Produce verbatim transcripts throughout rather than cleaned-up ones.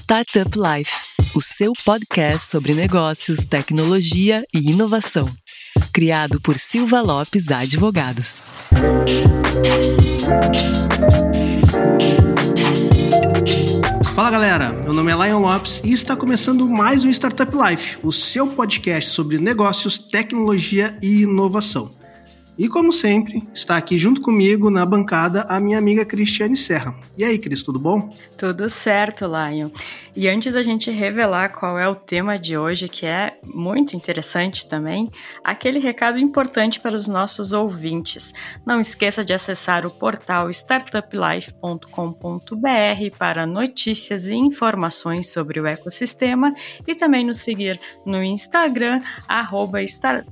Startup Life, o seu podcast sobre negócios, tecnologia e inovação. Criado por Silva Lopes Advogados. Fala galera, meu nome é Lion Lopes e está começando mais um Startup Life, o seu podcast sobre negócios, tecnologia e inovação. E como sempre, está aqui junto comigo na bancada a minha amiga Cristiane Serra. E aí, Cris, tudo bom? Tudo certo, Lion. E antes da gente revelar qual é o tema de hoje, que é muito interessante também, aquele recado importante para os nossos ouvintes. Não esqueça de acessar o portal startup life ponto com ponto b r para notícias e informações sobre o ecossistema e também nos seguir no Instagram, arroba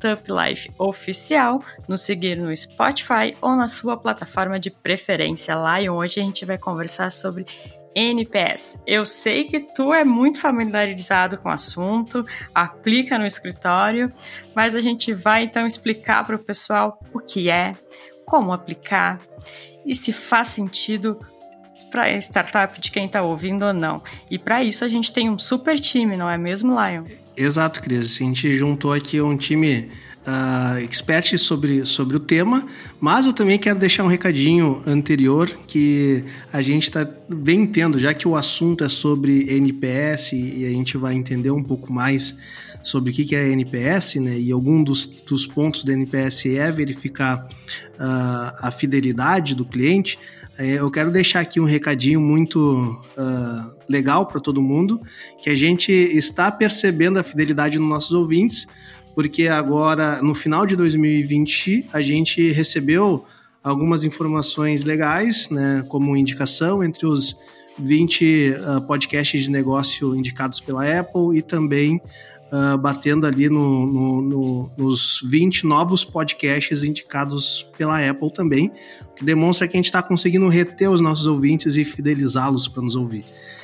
startuplifeoficial, nos seguir no Spotify ou na sua plataforma de preferência. Lion, hoje a gente vai conversar sobre N P S. Eu sei que tu é muito familiarizado com o assunto, aplica no escritório, mas a gente vai então explicar para o pessoal o que é, como aplicar e se faz sentido para a startup de quem está ouvindo ou não. E para isso a gente tem um super time, não é mesmo, Lion? Exato, Cris. A gente juntou aqui um time Uh, expert sobre, sobre o tema, mas eu também quero deixar um recadinho anterior que a gente tá, vem tendo, já que o assunto é sobre N P S e a gente vai entender um pouco mais sobre o que é N P S, né? E algum dos, dos pontos da N P S é verificar uh, a fidelidade do cliente. Eu quero deixar aqui um recadinho muito uh, legal para todo mundo, que a gente está percebendo a fidelidade dos nossos ouvintes, porque agora, no final de dois mil e vinte, a gente recebeu algumas informações legais, né, como indicação entre os vinte uh, podcasts de negócio indicados pela Apple e também uh, batendo ali no, no, no, nos vinte novos podcasts indicados pela Apple também, o que demonstra que a gente está conseguindo reter os nossos ouvintes e fidelizá-los para nos ouvir.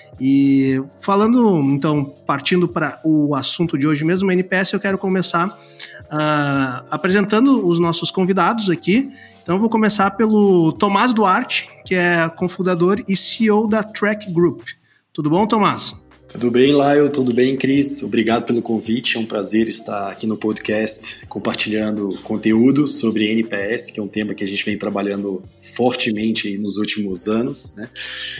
E falando, então, partindo para o assunto de hoje mesmo, a N P S, eu quero começar uh, apresentando os nossos convidados aqui. Então, eu vou começar pelo Tomás Duarte, que é cofundador e C E O da Track Group. Tudo bom, Tomás? Tudo bem, Laio? Tudo bem, Cris? Obrigado pelo convite. É um prazer estar aqui no podcast compartilhando conteúdo sobre N P S, que é um tema que a gente vem trabalhando fortemente nos últimos anos, né?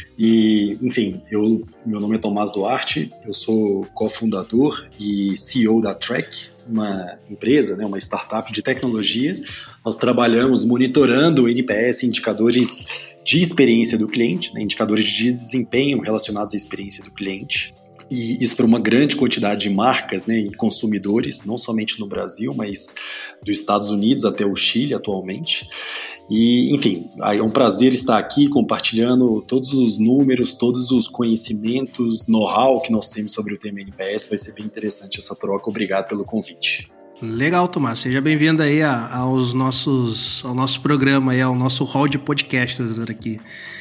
E, enfim, eu, meu nome é Tomás Duarte, eu sou cofundador e C E O da Track, uma empresa, né, uma startup de tecnologia. Nós trabalhamos monitorando o N P S, indicadores de experiência do cliente, né, indicadores de desempenho relacionados à experiência do cliente. E isso para uma grande quantidade de marcas, né, e consumidores, não somente no Brasil, mas dos Estados Unidos até o Chile atualmente. E, enfim, é um prazer estar aqui compartilhando todos os números, todos os conhecimentos, know-how que nós temos sobre o tema N P S. Vai ser bem interessante essa troca. Obrigado pelo convite. Legal, Tomás. Seja bem-vindo aí aos nossos, ao nosso programa, aí, ao nosso hall de podcasters aqui.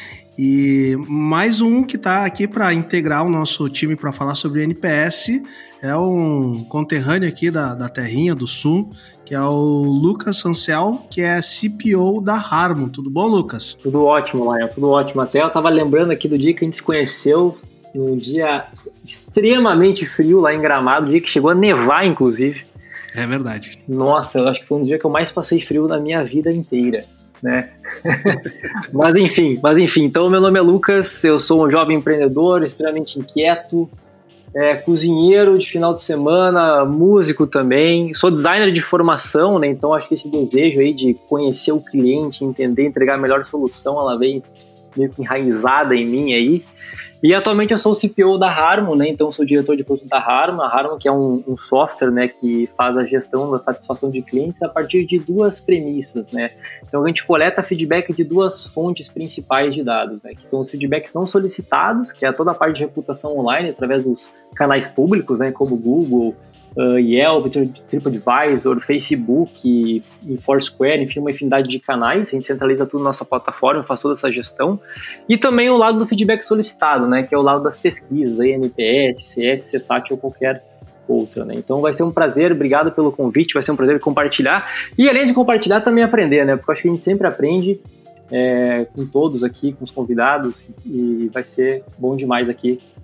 E mais um que está aqui para integrar o nosso time para falar sobre N P S é um conterrâneo aqui da, da terrinha do Sul, que é o Lucas Ancel, que é C P O da Harmon. Tudo bom, Lucas? Tudo ótimo, Lion, tudo ótimo. Até eu estava lembrando aqui do dia que a gente se conheceu, num dia extremamente frio lá em Gramado, dia que chegou a nevar, inclusive. É verdade. Nossa, eu acho que foi um dos dias que eu mais passei frio na minha vida inteira, né? mas enfim, mas enfim, então meu nome é Lucas, eu sou um jovem empreendedor, extremamente inquieto, é, cozinheiro de final de semana, músico também, sou designer de formação, né? Então acho que esse desejo aí de conhecer o cliente, entender, entregar a melhor solução, ela vem meio que enraizada em mim aí. E atualmente eu sou o C P O da Harmon, né? Então eu sou diretor de produto da Harmon, a Harmon que é um, um software, né, que faz a gestão da satisfação de clientes a partir de duas premissas, né? Então a gente coleta feedback de duas fontes principais de dados, né, que são os feedbacks não solicitados, que é toda a parte de reputação online através dos canais públicos, né, como Google, Uh, Yelp, TripAdvisor, Facebook e, e Foursquare, enfim, uma infinidade de canais. A gente centraliza tudo na nossa plataforma, faz toda essa gestão. E também o lado do feedback solicitado, né, que é o lado das pesquisas, aí, N P S, C S, C SAT ou qualquer outra, né? Então vai ser um prazer, obrigado pelo convite, vai ser um prazer compartilhar. E além de compartilhar, também aprender, né? Porque eu acho que a gente sempre aprende é, com todos aqui, com os convidados, e vai ser bom demais aqui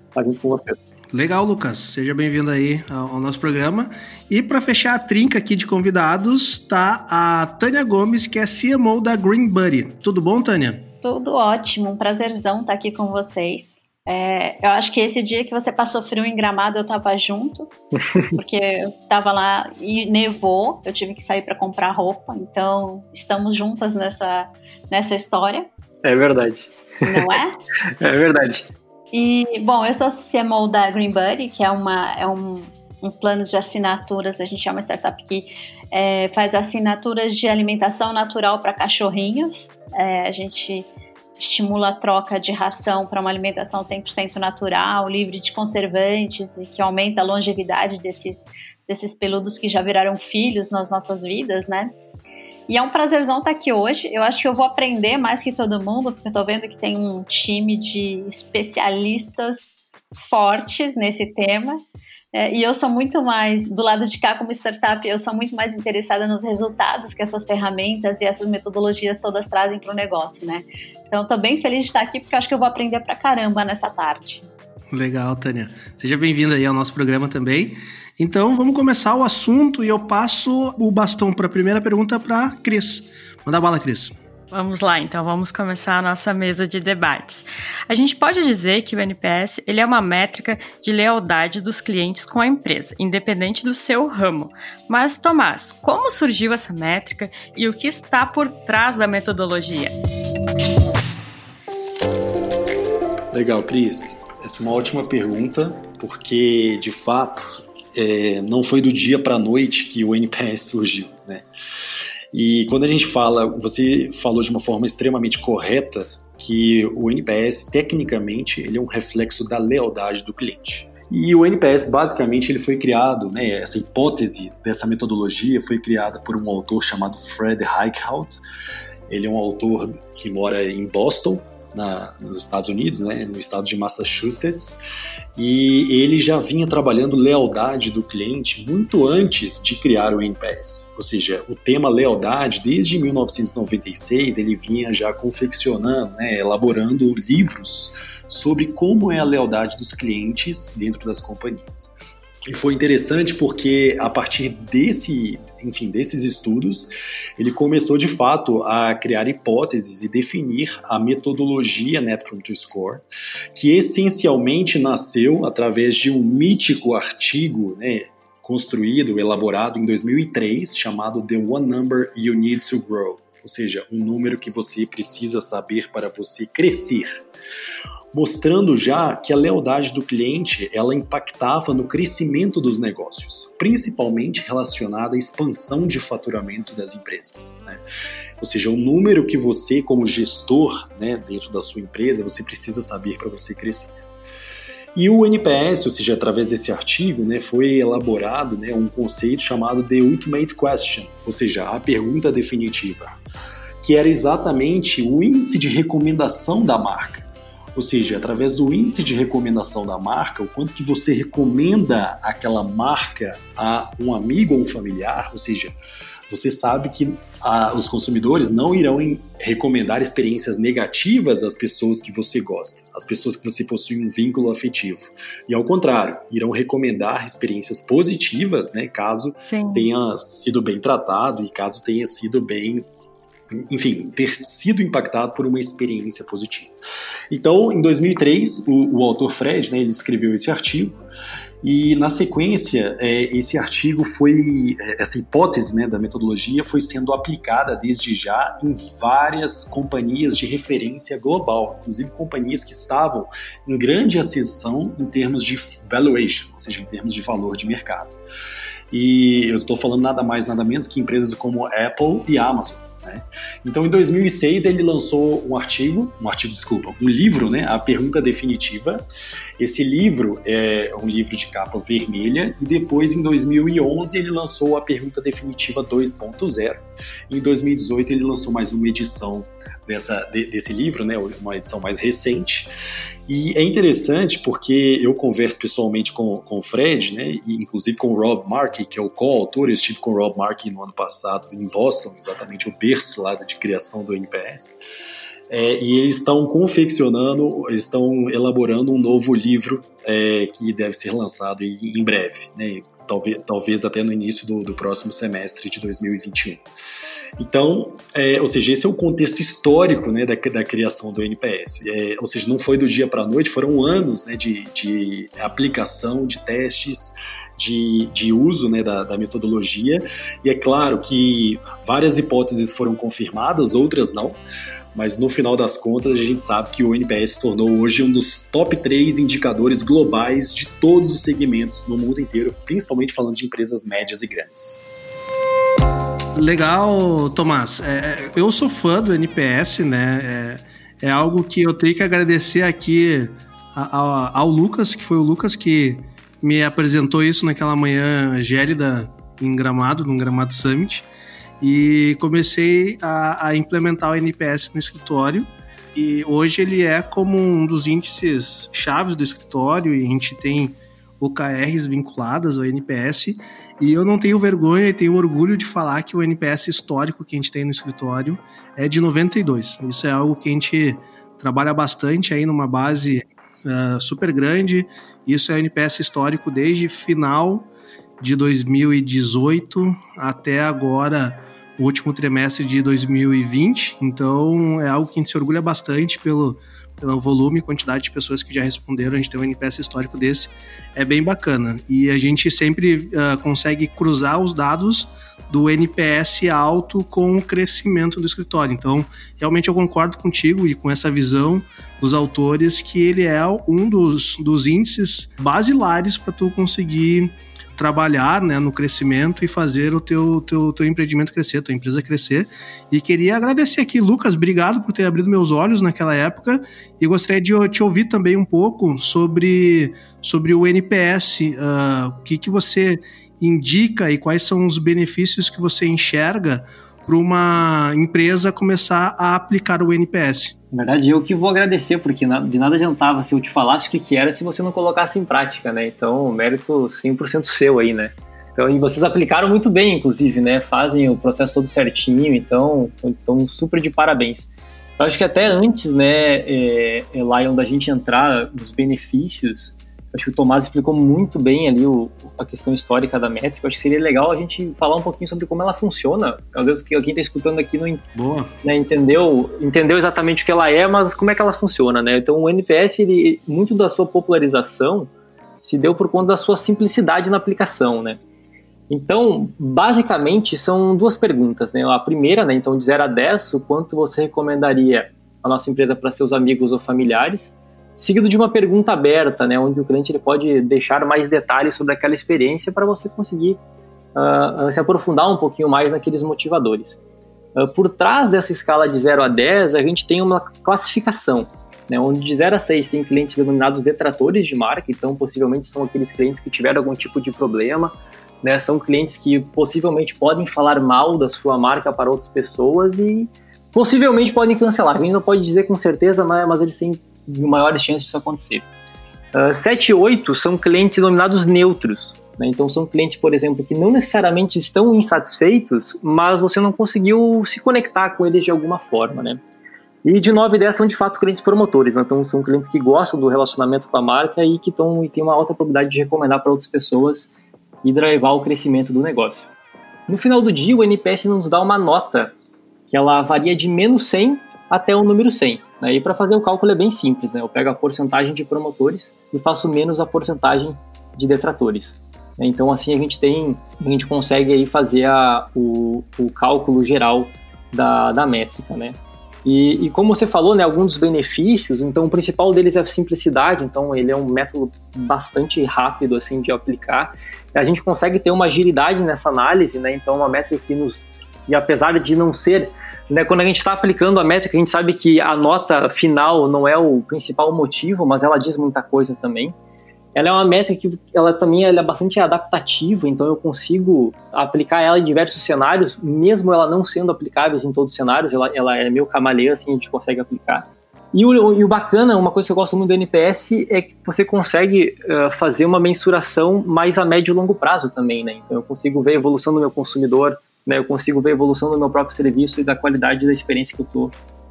estar junto com vocês. Legal, Lucas. Seja bem-vindo aí ao nosso programa. E para fechar a trinca aqui de convidados, tá a Tânia Gomes, que é C M O da Green Buddy. Tudo bom, Tânia? Tudo ótimo. Um prazerzão estar aqui com vocês. É, eu acho que esse dia que você passou frio em Gramado, eu tava junto, porque eu tava lá e nevou, eu tive que sair para comprar roupa, então estamos juntas nessa, nessa história. É verdade. Não é? É verdade. E, bom, eu sou C M O da Green Buddy, que é, uma, é um, um plano de assinaturas, a gente é uma startup que é, faz assinaturas de alimentação natural para cachorrinhos. É, a gente estimula a troca de ração para uma alimentação cem por cento natural, livre de conservantes e que aumenta a longevidade desses, desses peludos que já viraram filhos nas nossas vidas, né? E é um prazerzão estar aqui hoje. Eu acho que eu vou aprender mais que todo mundo, porque eu tô vendo que tem um time de especialistas fortes nesse tema. É, e eu sou muito mais, do lado de cá como startup, eu sou muito mais interessada nos resultados que essas ferramentas e essas metodologias todas trazem para o negócio, né? Então, estou bem feliz de estar aqui, porque eu acho que eu vou aprender pra caramba nessa tarde. Legal, Tânia. Seja bem-vinda aí ao nosso programa também. Então, vamos começar o assunto e eu passo o bastão para a primeira pergunta para Cris. Manda bala, Cris. Vamos lá, então vamos começar a nossa mesa de debates. A gente pode dizer que o N P S ele é uma métrica de lealdade dos clientes com a empresa, independente do seu ramo. Mas, Tomás, como surgiu essa métrica e o que está por trás da metodologia? Legal, Cris. Essa é uma ótima pergunta, porque, de fato, é, não foi do dia para a noite que o N P S surgiu, né? E quando a gente fala, você falou de uma forma extremamente correta, que o N P S, tecnicamente, ele é um reflexo da lealdade do cliente. E o N P S, basicamente, ele foi criado, né, essa hipótese dessa metodologia foi criada por um autor chamado Fred Reichheld. Ele é um autor que mora em Boston, na, nos Estados Unidos, né, no estado de Massachusetts, e ele já vinha trabalhando lealdade do cliente muito antes de criar o N P S. Ou seja, o tema lealdade, desde mil novecentos e noventa e seis, ele vinha já confeccionando, né, elaborando livros sobre como é a lealdade dos clientes dentro das companhias. E foi interessante porque a partir desse, enfim, desses estudos, ele começou de fato a criar hipóteses e definir a metodologia Net Promoter Score, que essencialmente nasceu através de um mítico artigo, né, construído, elaborado em dois mil e três, chamado The One Number You Need to Grow, ou seja, um número que você precisa saber para você crescer. Mostrando já que a lealdade do cliente ela impactava no crescimento dos negócios, principalmente relacionada à expansão de faturamento das empresas, né? Ou seja, o número que você, como gestor, né, dentro da sua empresa, você precisa saber para você crescer. E o N P S, ou seja, através desse artigo, né, foi elaborado, né, um conceito chamado The Ultimate Question, ou seja, a pergunta definitiva, que era exatamente o índice de recomendação da marca. Ou seja, através do índice de recomendação da marca, o quanto que você recomenda aquela marca a um amigo ou um familiar, ou seja, você sabe que a, os consumidores não irão em, recomendar experiências negativas às pessoas que você gosta, às pessoas que você possui um vínculo afetivo. E ao contrário, irão recomendar experiências positivas, né, caso Sim. tenha sido bem tratado e caso tenha sido bem... enfim, ter sido impactado por uma experiência positiva. Então, em dois mil e três, o, o autor Fred, né, ele escreveu esse artigo e, na sequência, é, esse artigo foi, essa hipótese, né, da metodologia foi sendo aplicada desde já em várias companhias de referência global, inclusive companhias que estavam em grande ascensão em termos de valuation, ou seja, em termos de valor de mercado. E eu estou falando nada mais, nada menos que empresas como Apple e Amazon. Então, em dois mil e seis, ele lançou um artigo, um artigo, desculpa, um livro, né, A Pergunta Definitiva. Esse livro é um livro de capa vermelha e depois, em dois mil e onze, ele lançou A Pergunta Definitiva dois ponto zero. Em dois mil e dezoito, ele lançou mais uma edição dessa, de, desse livro, né, uma edição mais recente. E é interessante porque eu converso pessoalmente com, com o Fred, né, e inclusive com o Rob Markey, que é o coautor. Eu estive com o Rob Markey no ano passado em Boston, exatamente o berço lá de criação do N P S. É, e eles estão confeccionando, eles estão elaborando um novo livro é, que deve ser lançado em, em breve, né? talvez, talvez até no início do, do próximo semestre de dois mil e vinte e um. Então, é, ou seja, esse é o contexto histórico, né, da, da criação do N P S. É, ou seja, não foi do dia para a noite, foram anos, né, de, de aplicação, de testes, de, de uso, né, da, da metodologia. E é claro que várias hipóteses foram confirmadas, outras não. Mas no final das contas a gente sabe que o N P S se tornou hoje um dos top três indicadores globais de todos os segmentos no mundo inteiro, principalmente falando de empresas médias e grandes. Legal, Tomás. É, eu sou fã do N P S, né? É, é algo que eu tenho que agradecer aqui ao, ao Lucas, que foi o Lucas que me apresentou isso naquela manhã gélida em Gramado, no Gramado Summit. E comecei a, a implementar o N P S no escritório, e hoje ele é como um dos índices chaves do escritório, e a gente tem O K Rs vinculadas ao N P S, e eu não tenho vergonha e tenho orgulho de falar que o N P S histórico que a gente tem no escritório é de noventa e dois. Isso é algo que a gente trabalha bastante aí numa base uh, super grande. Isso é o N P S histórico desde final de dois mil e dezoito até agora, o último trimestre de dois mil e vinte, então é algo que a gente se orgulha bastante pelo, pelo volume e quantidade de pessoas que já responderam. A gente tem um N P S histórico desse, é bem bacana, e a gente sempre uh, consegue cruzar os dados do N P S alto com o crescimento do escritório. Então, realmente eu concordo contigo e com essa visão dos autores que ele é um dos, dos índices basilares para tu conseguir trabalhar, né, no crescimento e fazer o teu, teu, teu empreendimento crescer, tua empresa crescer. E queria agradecer aqui, Lucas, obrigado por ter abrido meus olhos naquela época, e gostaria de te ouvir também um pouco sobre, sobre o N P S, uh, o que, que você indica e quais são os benefícios que você enxerga para uma empresa começar a aplicar o N P S. Na verdade, eu que vou agradecer, porque de nada adiantava se eu te falasse o que, que era se você não colocasse em prática, né? Então, mérito cem por cento seu aí, né? Então, e vocês aplicaram muito bem, inclusive, né? Fazem o processo todo certinho, então, então super de parabéns. Eu acho que até antes, né, é, é, Lion, da gente entrar nos benefícios, acho que o Tomás explicou muito bem ali o, a questão histórica da métrica. Eu acho que seria legal a gente falar um pouquinho sobre como ela funciona. Às vezes quem está escutando aqui não Boa. Né, entendeu, entendeu exatamente o que ela é, mas como é que ela funciona, né? Então o N P S, ele, muito da sua popularização se deu por conta da sua simplicidade na aplicação, né? Então, basicamente, são duas perguntas, né? A primeira, né, então de zero a dez, o quanto você recomendaria a nossa empresa para seus amigos ou familiares, seguido de uma pergunta aberta, né, onde o cliente ele pode deixar mais detalhes sobre aquela experiência para você conseguir uh, se aprofundar um pouquinho mais naqueles motivadores. Uh, por trás dessa escala de zero a dez, a gente tem uma classificação, né, onde de zero a seis tem clientes denominados detratores de marca, então possivelmente são aqueles clientes que tiveram algum tipo de problema, né, são clientes que possivelmente podem falar mal da sua marca para outras pessoas e possivelmente podem cancelar. A gente não pode dizer com certeza, mas, mas eles têm maiores chances disso acontecer. Uh, sete e oito são clientes denominados neutros, né? Então são clientes, por exemplo, que não necessariamente estão insatisfeitos, mas você não conseguiu se conectar com eles de alguma forma, né? E de nove e dez são de fato clientes promotores, né? Então são clientes que gostam do relacionamento com a marca e que tão, e têm uma alta probabilidade de recomendar para outras pessoas e drivar o crescimento do negócio. No final do dia, o N P S nos dá uma nota que ela varia de menos cem até o número cem. Né? E para fazer o cálculo é bem simples, né? Eu pego a porcentagem de promotores e faço menos a porcentagem de detratores. Né? Então assim a gente tem, a gente consegue aí fazer a, o, o cálculo geral da, da métrica, né? E, e como você falou, né, alguns dos benefícios, então o principal deles é a simplicidade, então ele é um método bastante rápido assim de aplicar. A gente consegue ter uma agilidade nessa análise, né? Então uma métrica que nos, e apesar de não ser, né, quando a gente está aplicando a métrica, a gente sabe que a nota final não é o principal motivo, mas ela diz muita coisa também. Ela é uma métrica que ela também ela é bastante adaptativa, então eu consigo aplicar ela em diversos cenários, mesmo ela não sendo aplicável em todos os cenários, ela, ela é meio camaleã, assim, a gente consegue aplicar. E o, e o bacana, uma coisa que eu gosto muito do N P S é que você consegue uh, fazer uma mensuração mais a médio e longo prazo também, né? Então eu consigo ver a evolução do meu consumidor, né? Eu consigo ver a evolução do meu próprio serviço e da qualidade da experiência que eu estou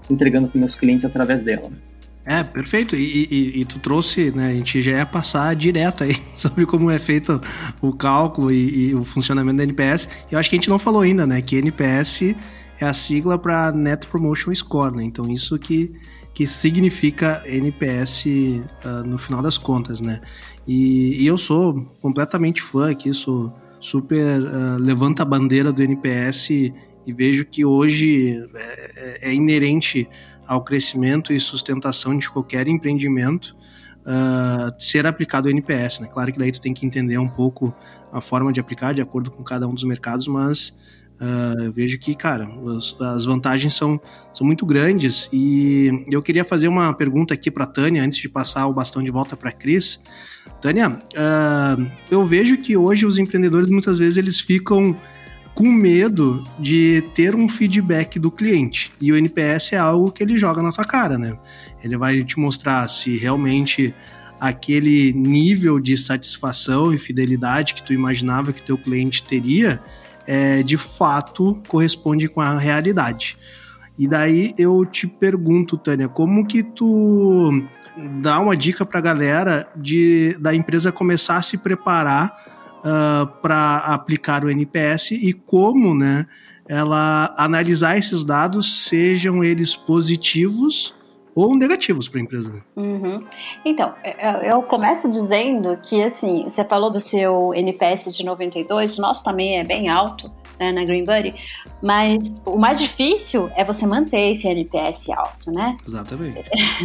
entregando para meus clientes através dela. É, perfeito. E, e, e tu trouxe, né, a gente já ia passar direto aí sobre como é feito o cálculo e, e o funcionamento da N P S. Eu acho que a gente não falou ainda, né, que N P S é a sigla para Net Promotion Score, né? Então isso que, que significa N P S uh, no final das contas, né? E, e eu sou completamente fã aqui, sou super uh, levanta a bandeira do N P S e, e vejo que hoje é, é inerente ao crescimento e sustentação de qualquer empreendimento uh, ser aplicado o N P S, né? Claro que daí tu tem que entender um pouco a forma de aplicar de acordo com cada um dos mercados, mas uh, eu vejo que, cara, as, as vantagens são, são muito grandes. E eu queria fazer uma pergunta aqui para a Tânia, antes de passar o bastão de volta para a Cris. Tânia, uh, eu vejo que hoje os empreendedores muitas vezes eles ficam com medo de ter um feedback do cliente. E o N P S é algo que ele joga na tua cara, né? Ele vai te mostrar se realmente aquele nível de satisfação e fidelidade que tu imaginava que teu cliente teria, é, de fato corresponde com a realidade. E daí eu te pergunto, Tânia, como que tu dá uma dica pra galera de, da empresa começar a se preparar Uh, para aplicar o N P S e como, né, ela analisar esses dados, sejam eles positivos ou negativos para a empresa. Né? Uhum. Então, eu começo dizendo que, assim, você falou do seu N P S de noventa e dois, o nosso também é bem alto, né, na Greenbuddy, mas o mais difícil é você manter esse N P S alto, né? Exatamente.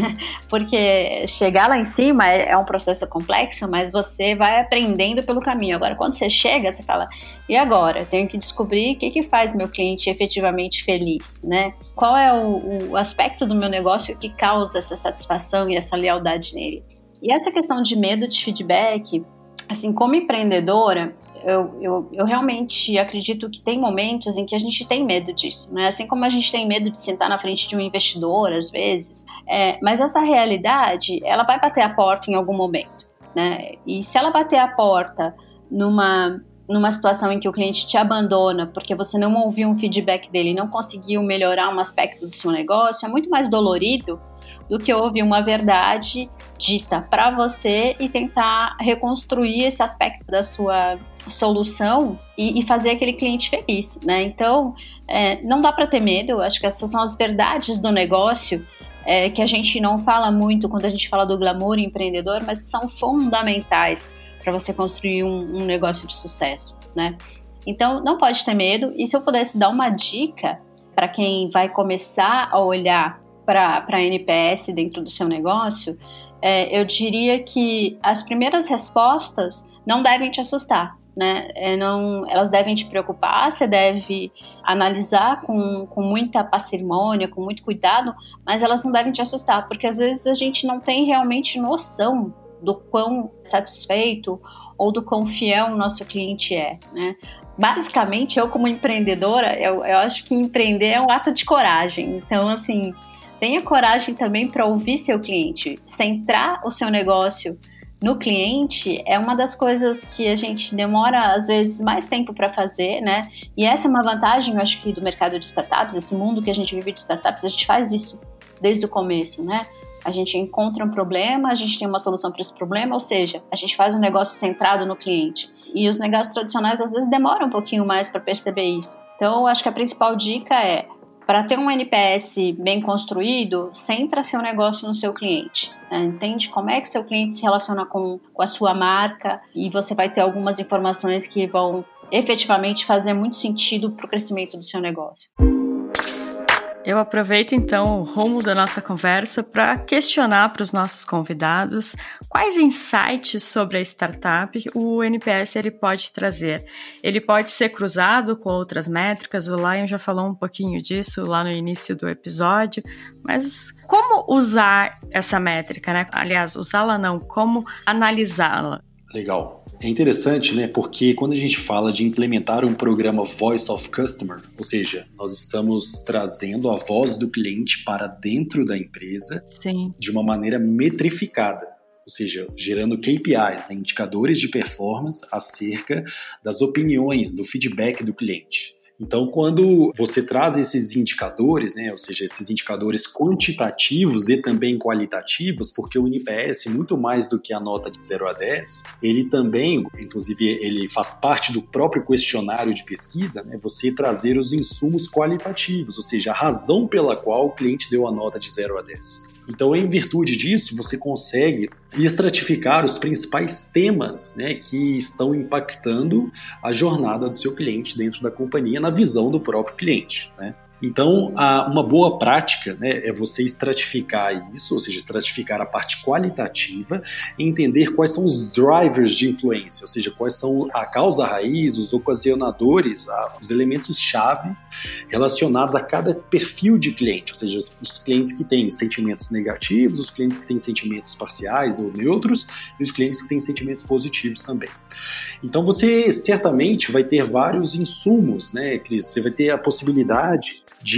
Porque chegar lá em cima é, é um processo complexo, mas você vai aprendendo pelo caminho. Agora, quando você chega, você fala, e agora? Eu tenho que descobrir o que, que faz meu cliente efetivamente feliz, né? Qual é o, o aspecto do meu negócio que causa essa satisfação e essa lealdade nele? E essa questão de medo de feedback, assim, como empreendedora, Eu, eu, eu realmente acredito que tem momentos em que a gente tem medo disso, né? Assim como a gente tem medo de sentar na frente de um investidor, às vezes. É, mas essa realidade, ela vai bater a porta em algum momento, né? E se ela bater a porta numa, numa situação em que o cliente te abandona porque você não ouviu um feedback dele e não conseguiu melhorar um aspecto do seu negócio, é muito mais dolorido do que ouvir uma verdade dita para você e tentar reconstruir esse aspecto da sua solução e, e fazer aquele cliente feliz, né? Então, é, não dá para ter medo. Eu acho que essas são as verdades do negócio, é, que a gente não fala muito quando a gente fala do glamour empreendedor, mas que são fundamentais para você construir um, um negócio de sucesso, né? Então, não pode ter medo. E se eu pudesse dar uma dica para quem vai começar a olhar para a N P S dentro do seu negócio, é, eu diria que as primeiras respostas não devem te assustar, né? É, não, elas devem te preocupar, você deve analisar com, com muita parcimônia, com muito cuidado, mas elas não devem te assustar, porque às vezes a gente não tem realmente noção do quão satisfeito ou do quão fiel o nosso cliente é, né? Basicamente, eu como empreendedora, eu, eu acho que empreender é um ato de coragem. Então, assim, tenha coragem também para ouvir seu cliente. Centrar o seu negócio no cliente é uma das coisas que a gente demora, às vezes, mais tempo para fazer, né? E essa é uma vantagem, eu acho que, do mercado de startups, esse mundo que a gente vive de startups, a gente faz isso desde o começo, né? A gente encontra um problema, a gente tem uma solução para esse problema, ou seja, a gente faz um negócio centrado no cliente. E os negócios tradicionais, às vezes, demoram um pouquinho mais para perceber isso. Então, eu acho que a principal dica é, para ter um N P S bem construído, centra seu negócio no seu cliente. Né? Entende como é que seu cliente se relaciona com, com a sua marca e você vai ter algumas informações que vão efetivamente fazer muito sentido para o crescimento do seu negócio. Eu aproveito então o rumo da nossa conversa para questionar para os nossos convidados quais insights sobre a startup o N P S ele pode trazer. Ele pode ser cruzado com outras métricas, o Lion já falou um pouquinho disso lá no início do episódio, mas como usar essa métrica, né? Aliás, usá-la não, como analisá-la? Legal. É interessante, né? Porque quando a gente fala de implementar um programa Voice of Customer, ou seja, nós estamos trazendo a voz do cliente para dentro da empresa. Sim. De uma maneira metrificada, ou seja, gerando K P Is, né? Indicadores de performance acerca das opiniões, do feedback do cliente. Então, quando você traz esses indicadores, né, ou seja, esses indicadores quantitativos e também qualitativos, porque o N P S, muito mais do que a nota de zero a dez, ele também, inclusive, ele faz parte do próprio questionário de pesquisa, né, você trazer os insumos qualitativos, ou seja, a razão pela qual o cliente deu a nota de zero a dez. Então, em virtude disso, você consegue estratificar os principais temas, né, que estão impactando a jornada do seu cliente dentro da companhia na visão do próprio cliente, né? Então, a, uma boa prática, né, é você estratificar isso, ou seja, estratificar a parte qualitativa e entender quais são os drivers de influência, ou seja, quais são a causa raiz, os ocasionadores, a, os elementos-chave relacionados a cada perfil de cliente, ou seja, os, os clientes que têm sentimentos negativos, os clientes que têm sentimentos parciais ou neutros e os clientes que têm sentimentos positivos também. Então, você certamente vai ter vários insumos, né, Cris? Você vai ter a possibilidade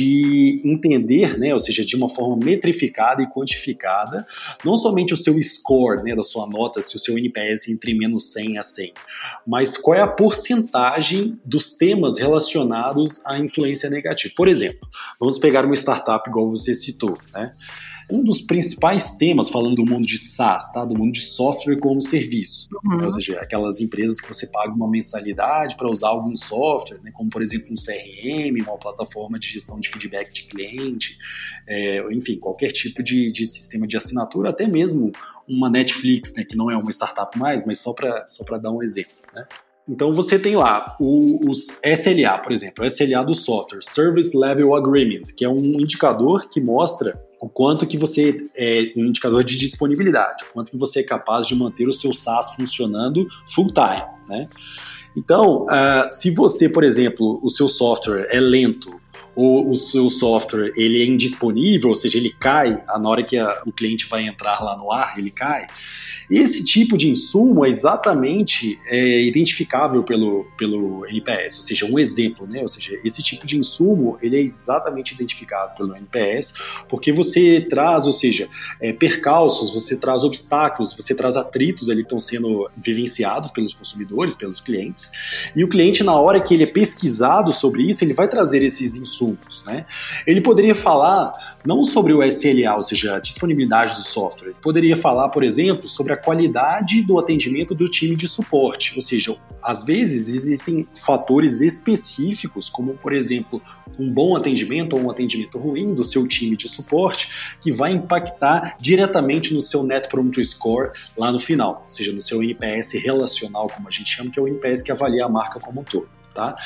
de entender, né, ou seja, de uma forma metrificada e quantificada, não somente o seu score, né, da sua nota, se o seu N P S é entre menos cem a cem, mas qual é a porcentagem dos temas relacionados à influência negativa. Por exemplo, vamos pegar uma startup igual você citou, né? Um dos principais temas, falando do mundo de SaaS, tá? Do mundo de software como serviço, uhum. né? Ou seja, aquelas empresas que você paga uma mensalidade para usar algum software, né? Como por exemplo um C R M, uma plataforma de gestão de feedback de cliente, é, enfim, qualquer tipo de, de sistema de assinatura, até mesmo uma Netflix, né? Que não é uma startup mais, mas só para só para dar um exemplo, né? Então você tem lá o, os S L A, por exemplo, o S L A do software, Service Level Agreement, que é um indicador que mostra o quanto que você é um indicador de disponibilidade, o quanto que você é capaz de manter o seu SaaS funcionando full time, né? Então, uh, se você, por exemplo, o seu software é lento ou o seu software ele é indisponível, ou seja, ele cai na hora que a, o cliente vai entrar lá no ar, ele cai. Esse tipo de insumo é exatamente é, identificável pelo, pelo N P S, ou seja, um exemplo, né? Ou seja, esse tipo de insumo ele é exatamente identificado pelo N P S, porque você traz, ou seja, é, percalços, você traz obstáculos, você traz atritos ali que estão sendo vivenciados pelos consumidores, pelos clientes, e o cliente, na hora que ele é pesquisado sobre isso, ele vai trazer esses insumos, né? Ele poderia falar não sobre o S L A, ou seja, a disponibilidade do software, ele poderia falar, por exemplo, sobre a qualidade do atendimento do time de suporte, ou seja, às vezes existem fatores específicos, como por exemplo, um bom atendimento ou um atendimento ruim do seu time de suporte, que vai impactar diretamente no seu Net Promoter Score lá no final, ou seja, no seu N P S relacional, como a gente chama, que é o N P S que avalia a marca como um todo. Tá?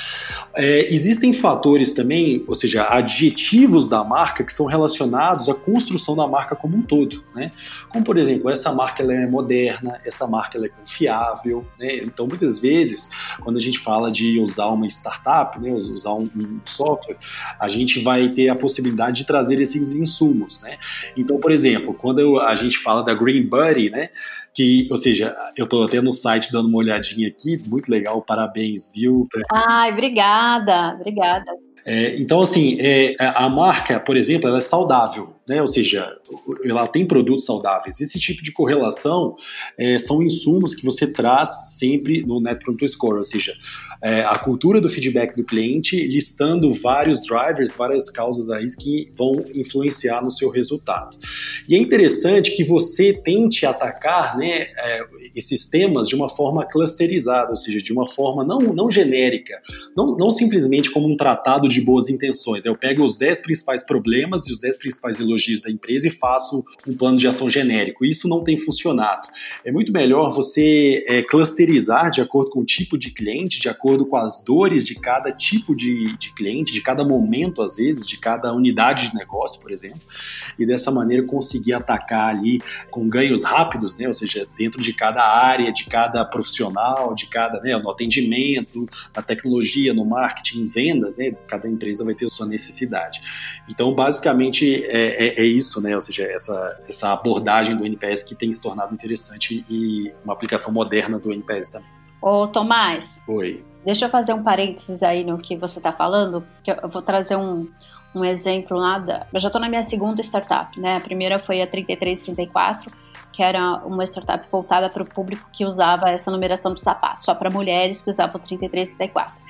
É, existem fatores também, ou seja, adjetivos da marca que são relacionados à construção da marca como um todo, né? Como, por exemplo, essa marca ela é moderna, essa marca ela é confiável, né? Então, muitas vezes, quando a gente fala de usar uma startup, né, usar um, um software, a gente vai ter a possibilidade de trazer esses insumos, né? Então, por exemplo, quando a gente fala da Green Buddy, né, que, ou seja, eu estou até no site dando uma olhadinha aqui, muito legal, parabéns, viu? Ai, obrigada, obrigada. É, então, assim, é, a marca, por exemplo, ela é saudável, né? Ou seja, ela tem produtos saudáveis. Esse tipo de correlação é, são insumos que você traz sempre no Net Promoter Score, ou seja, é, a cultura do feedback do cliente listando vários drivers, várias causas aí que vão influenciar no seu resultado. E é interessante que você tente atacar, né, é, esses temas de uma forma clusterizada, ou seja, de uma forma não, não genérica, não, não simplesmente como um tratado de boas intenções. Eu pego os dez principais problemas e os dez principais elogios da empresa e faço um plano de ação genérico. Isso não tem funcionado. É muito melhor você é, clusterizar de acordo com o tipo de cliente, de acordo com as dores de cada tipo de, de cliente, de cada momento, às vezes, de cada unidade de negócio, por exemplo, e dessa maneira conseguir atacar ali com ganhos rápidos, né? Ou seja, dentro de cada área, de cada profissional, de cada, né, no atendimento, na tecnologia, no marketing, em vendas, né? Cada empresa vai ter a sua necessidade. Então, basicamente, é, é, é isso, né? Ou seja, essa, essa abordagem do N P S que tem se tornado interessante e uma aplicação moderna do N P S também. Ô, Tomás. Oi. Deixa eu fazer um parênteses aí no que você está falando, que eu vou trazer um, um exemplo lá da... Eu já estou na minha segunda startup, né? A primeira foi a trinta e três trinta e quatro, que era uma startup voltada para o público que usava essa numeração de sapatos, só para mulheres que usavam trinta e três trinta e quatro.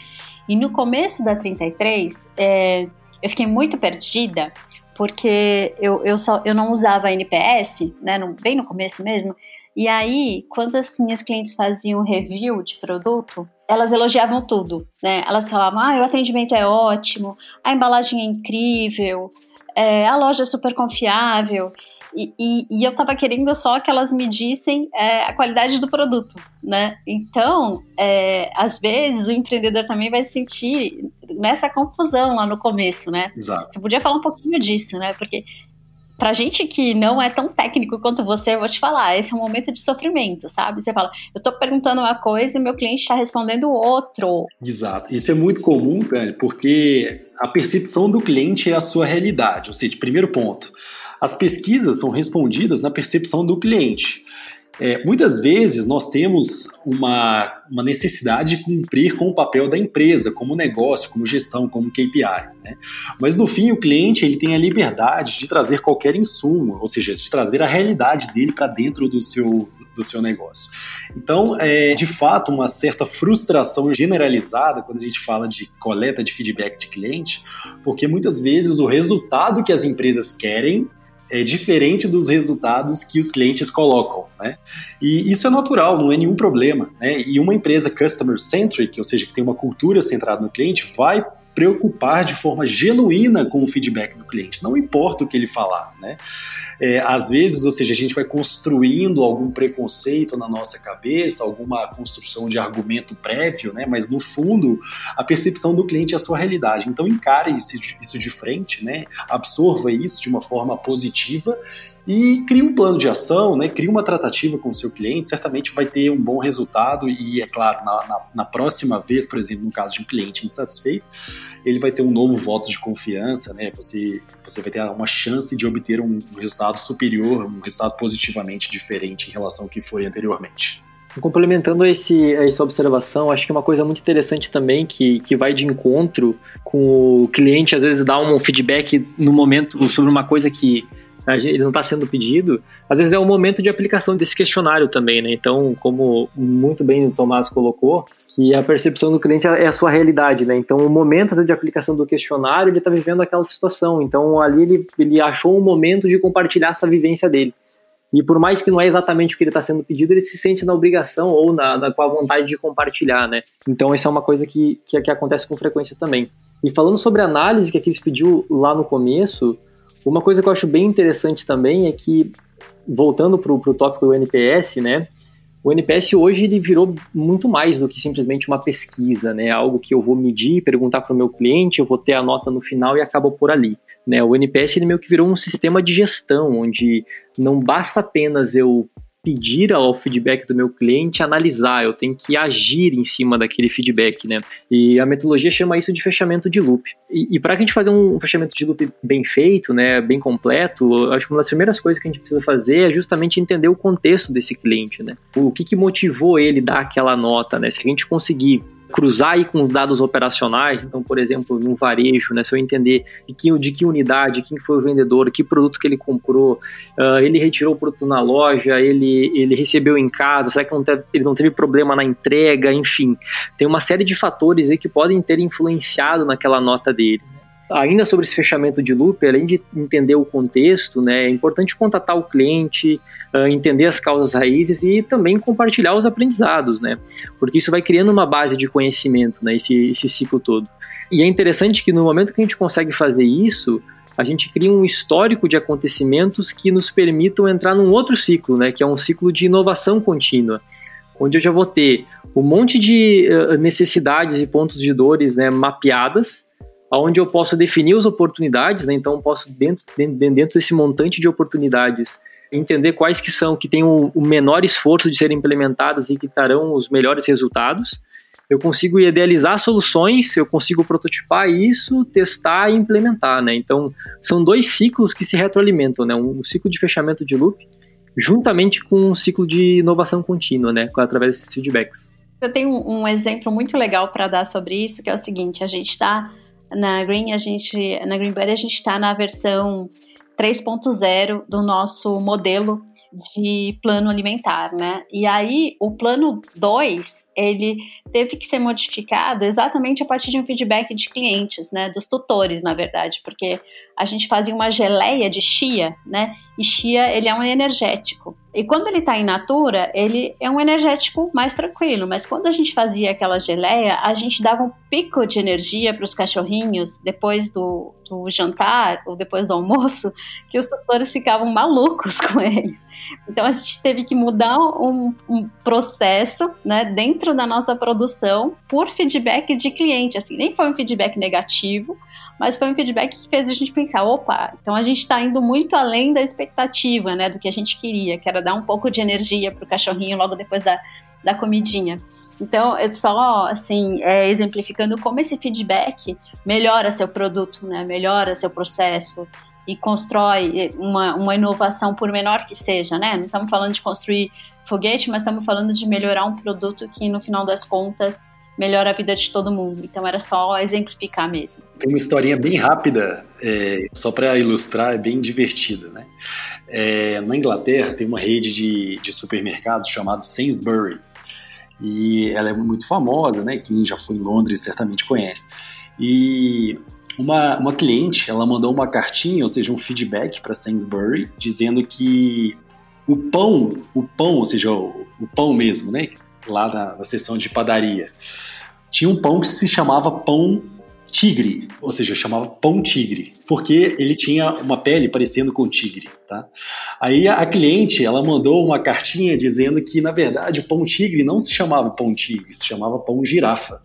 E no começo da trinta e três, é, eu fiquei muito perdida, porque eu, eu, só, eu não usava N P S, né, no, bem no começo mesmo. E aí, quando as minhas clientes faziam review de produto, elas elogiavam tudo, né? Elas falavam, ah, o atendimento é ótimo, a embalagem é incrível, é, a loja é super confiável. E, e, e eu tava querendo só que elas me dissem é, a qualidade do produto, né? Então, é, às vezes, o empreendedor também vai se sentir nessa confusão lá no começo, né? Exato. Você podia falar um pouquinho disso, né? Porque pra gente que não é tão técnico quanto você, eu vou te falar, esse é um momento de sofrimento, sabe? Você fala, eu tô perguntando uma coisa e meu cliente tá respondendo outro. Exato. Isso é muito comum, velho, porque a percepção do cliente é a sua realidade. Ou seja, primeiro ponto, as pesquisas são respondidas na percepção do cliente. É, muitas vezes nós temos uma, uma necessidade de cumprir com o papel da empresa, como negócio, como gestão, como K P I, né? Mas no fim o cliente ele tem a liberdade de trazer qualquer insumo, ou seja, de trazer a realidade dele para dentro do seu, do seu negócio. Então, é de fato uma certa frustração generalizada quando a gente fala de coleta de feedback de cliente, porque muitas vezes o resultado que as empresas querem é diferente dos resultados que os clientes colocam, né? E isso é natural, não é nenhum problema, né? E uma empresa customer-centric, ou seja, que tem uma cultura centrada no cliente, vai preocupar de forma genuína com o feedback do cliente, não importa o que ele falar, né? É, às vezes, ou seja, a gente vai construindo algum preconceito na nossa cabeça, alguma construção de argumento prévio, né? Mas no fundo, a percepção do cliente é a sua realidade. Então encare isso, isso de frente, né? Absorva isso de uma forma positiva e crie um plano de ação, né? Crie uma tratativa com o seu cliente, certamente vai ter um bom resultado e, é claro, na, na, na próxima vez, por exemplo, no caso de um cliente insatisfeito, ele vai ter um novo voto de confiança, né? Você, você vai ter uma chance de obter um, um resultado superior, um resultado positivamente diferente em relação ao que foi anteriormente. Complementando esse, essa observação, acho que uma coisa muito interessante também que, que vai de encontro com o cliente, às vezes dá um feedback no momento sobre uma coisa que ele não está sendo pedido, às vezes é o momento de aplicação desse questionário também, né? Então, como muito bem o Tomás colocou, que a percepção do cliente é a sua realidade, né? Então, o momento às vezes, de aplicação do questionário, ele está vivendo aquela situação. Então, ali ele, ele achou um momento de compartilhar essa vivência dele. E por mais que não é exatamente o que ele está sendo pedido, ele se sente na obrigação ou na, na, com a vontade de compartilhar, né? Então, isso é uma coisa que, que, que acontece com frequência também. E falando sobre a análise que a Cris pediu lá no começo, uma coisa que eu acho bem interessante também é que, voltando para o tópico do N P S, né, o N P S hoje ele virou muito mais do que simplesmente uma pesquisa, né, algo que eu vou medir, perguntar para o meu cliente, eu vou ter a nota no final e acaba por ali. Né, o N P S ele meio que virou um sistema de gestão, onde não basta apenas eu pedir ao feedback do meu cliente, analisar, eu tenho que agir em cima daquele feedback, né? E a metodologia chama isso de fechamento de loop. E, e para a gente fazer um fechamento de loop bem feito, né, bem completo, acho que uma das primeiras coisas que a gente precisa fazer é justamente entender o contexto desse cliente, né? O que que motivou ele a dar aquela nota, né? Se a gente conseguir cruzar aí com dados operacionais, então, por exemplo, no varejo, né, se eu entender de que, de que unidade, quem foi o vendedor, que produto que ele comprou, uh, ele retirou o produto na loja, ele, ele recebeu em casa, será que não teve, ele não teve problema na entrega, enfim, tem uma série de fatores aí que podem ter influenciado naquela nota dele. Ainda sobre esse fechamento de loop, além de entender o contexto, né, é importante contatar o cliente, uh, entender as causas raízes e também compartilhar os aprendizados, né, porque isso vai criando uma base de conhecimento, né, esse, esse ciclo todo. E é interessante que no momento que a gente consegue fazer isso, a gente cria um histórico de acontecimentos que nos permitam entrar num outro ciclo, né, que é um ciclo de inovação contínua, onde eu já vou ter um monte de uh, necessidades e pontos de dores, né, mapeadas, onde eu posso definir as oportunidades, né? Então eu posso, dentro, dentro, dentro desse montante de oportunidades, entender quais que são, que têm o, o menor esforço de serem implementadas e que trarão os melhores resultados. Eu consigo idealizar soluções, eu consigo prototipar isso, testar e implementar, né? Então, são dois ciclos que se retroalimentam, né? Um ciclo de fechamento de loop, juntamente com um ciclo de inovação contínua, né? Através desses feedbacks. Eu tenho um exemplo muito legal para dar sobre isso, que é o seguinte, a gente está Na Green, a gente, na Green Buddy, a gente está na versão três ponto zero do nosso modelo de plano alimentar, né? E aí, o plano dois, ele teve que ser modificado exatamente a partir de um feedback de clientes, né? Dos tutores, na verdade, porque a gente fazia uma geleia de chia, né? E chia, ele é um energético. E quando ele está in natura, ele é um energético mais tranquilo, mas quando a gente fazia aquela geleia, a gente dava um pico de energia para os cachorrinhos depois do, do jantar ou depois do almoço, que os tutores ficavam malucos com eles. Então a gente teve que mudar um, um processo, né, dentro da nossa produção por feedback de cliente. Assim, nem foi um feedback negativo, mas foi um feedback que fez a gente pensar, opa, então a gente está indo muito além da expectativa, né, do que a gente queria, que era dar um pouco de energia para o cachorrinho logo depois da, da comidinha. Então, é só, assim, é, exemplificando como esse feedback melhora seu produto, né, melhora seu processo e constrói uma, uma inovação, por menor que seja, né? Não estamos falando de construir foguete, mas estamos falando de melhorar um produto que, no final das contas, melhora a vida de todo mundo. Então era só exemplificar mesmo. Tem uma historinha bem rápida, é, só para ilustrar, é bem divertida, né? É, na Inglaterra tem uma rede de, de supermercados chamada Sainsbury, e ela é muito famosa, né? Quem já foi em Londres certamente conhece. E uma, uma cliente, ela mandou uma cartinha, ou seja, um feedback para Sainsbury, dizendo que o pão, o pão, ou seja, o, o pão mesmo, né? Lá na, na seção de padaria, tinha um pão que se chamava pão tigre, ou seja, chamava pão tigre, porque ele tinha uma pele parecendo com tigre, tá? Aí a, a cliente, ela mandou uma cartinha dizendo que, na verdade, o pão tigre não se chamava pão tigre, se chamava pão girafa.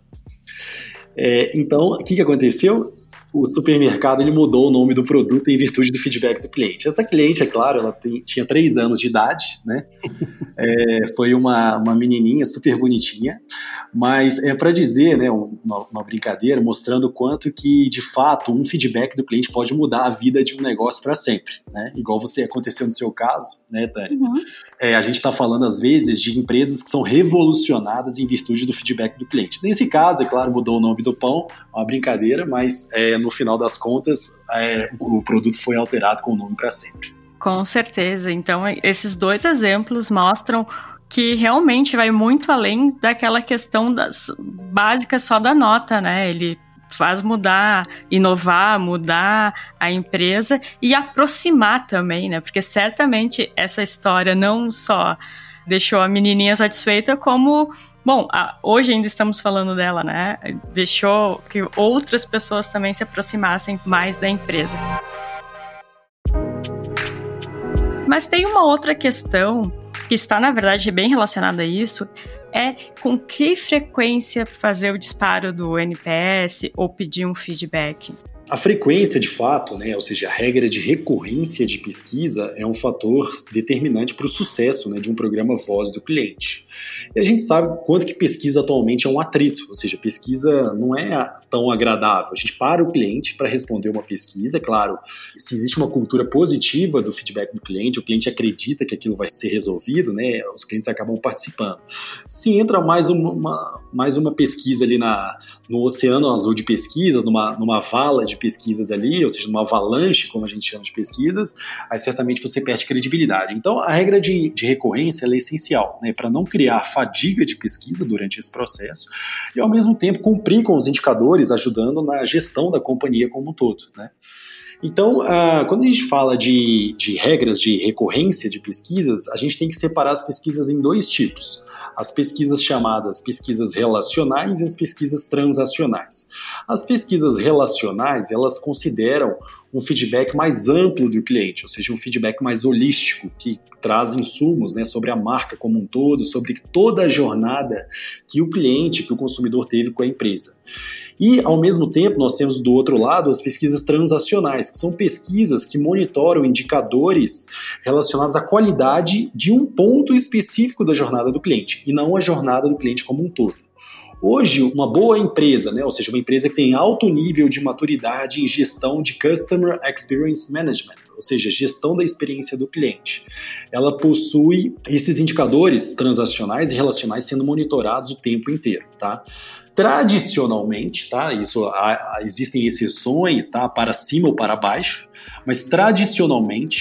É, então, o que, que aconteceu? O supermercado ele mudou o nome do produto em virtude do feedback do cliente. Essa cliente, é claro, ela tem, tinha três anos de idade, né? É, foi uma, uma menininha super bonitinha, mas é para dizer, né, uma, uma brincadeira, mostrando o quanto que, de fato, um feedback do cliente pode mudar a vida de um negócio para sempre, né? Igual você aconteceu no seu caso, né, Tânia? Uhum. É, a gente está falando, às vezes, de empresas que são revolucionadas em virtude do feedback do cliente. Nesse caso, é claro, mudou o nome do pão, uma brincadeira, mas é, no final das contas, é, o produto foi alterado com o nome para sempre. Com certeza. Então, esses dois exemplos mostram que realmente vai muito além daquela questão das, básica só da nota, né? Ele faz mudar, inovar, mudar a empresa e aproximar também, né? Porque certamente essa história não só deixou a menininha satisfeita, como, bom, a, hoje ainda estamos falando dela, né? Deixou que outras pessoas também se aproximassem mais da empresa. Mas tem uma outra questão que está, na verdade, bem relacionada a isso, é com que frequência fazer o disparo do N P S ou pedir um feedback? A frequência, de fato, né, ou seja, a regra de recorrência de pesquisa é um fator determinante para o sucesso, né, de um programa Voz do Cliente. E a gente sabe quanto que pesquisa atualmente é um atrito, ou seja, pesquisa não é tão agradável. A gente para o cliente para responder uma pesquisa, é claro, se existe uma cultura positiva do feedback do cliente, o cliente acredita que aquilo vai ser resolvido, né, os clientes acabam participando. Se entra mais uma, uma, mais uma pesquisa ali na, no oceano azul de pesquisas, numa, numa vala de pesquisas ali, ou seja, uma avalanche, como a gente chama de pesquisas, aí certamente você perde credibilidade. Então, a regra de, de recorrência ela é essencial, né, para não criar fadiga de pesquisa durante esse processo e, ao mesmo tempo, cumprir com os indicadores, ajudando na gestão da companhia como um todo, né? Então, uh, quando a gente fala de, de regras de recorrência de pesquisas, a gente tem que separar as pesquisas em dois tipos. As pesquisas chamadas pesquisas relacionais e as pesquisas transacionais. As pesquisas relacionais, elas consideram um feedback mais amplo do cliente, ou seja, um feedback mais holístico, que traz insumos, né, sobre a marca como um todo, sobre toda a jornada que o cliente, que o consumidor teve com a empresa. E, ao mesmo tempo, nós temos do outro lado as pesquisas transacionais, que são pesquisas que monitoram indicadores relacionados à qualidade de um ponto específico da jornada do cliente, e não a jornada do cliente como um todo. Hoje, uma boa empresa, né, ou seja, uma empresa que tem alto nível de maturidade em gestão de Customer Experience Management, ou seja, gestão da experiência do cliente, ela possui esses indicadores transacionais e relacionais sendo monitorados o tempo inteiro, tá? Tradicionalmente, tá? Isso, há, existem exceções, tá? Para cima ou para baixo, mas tradicionalmente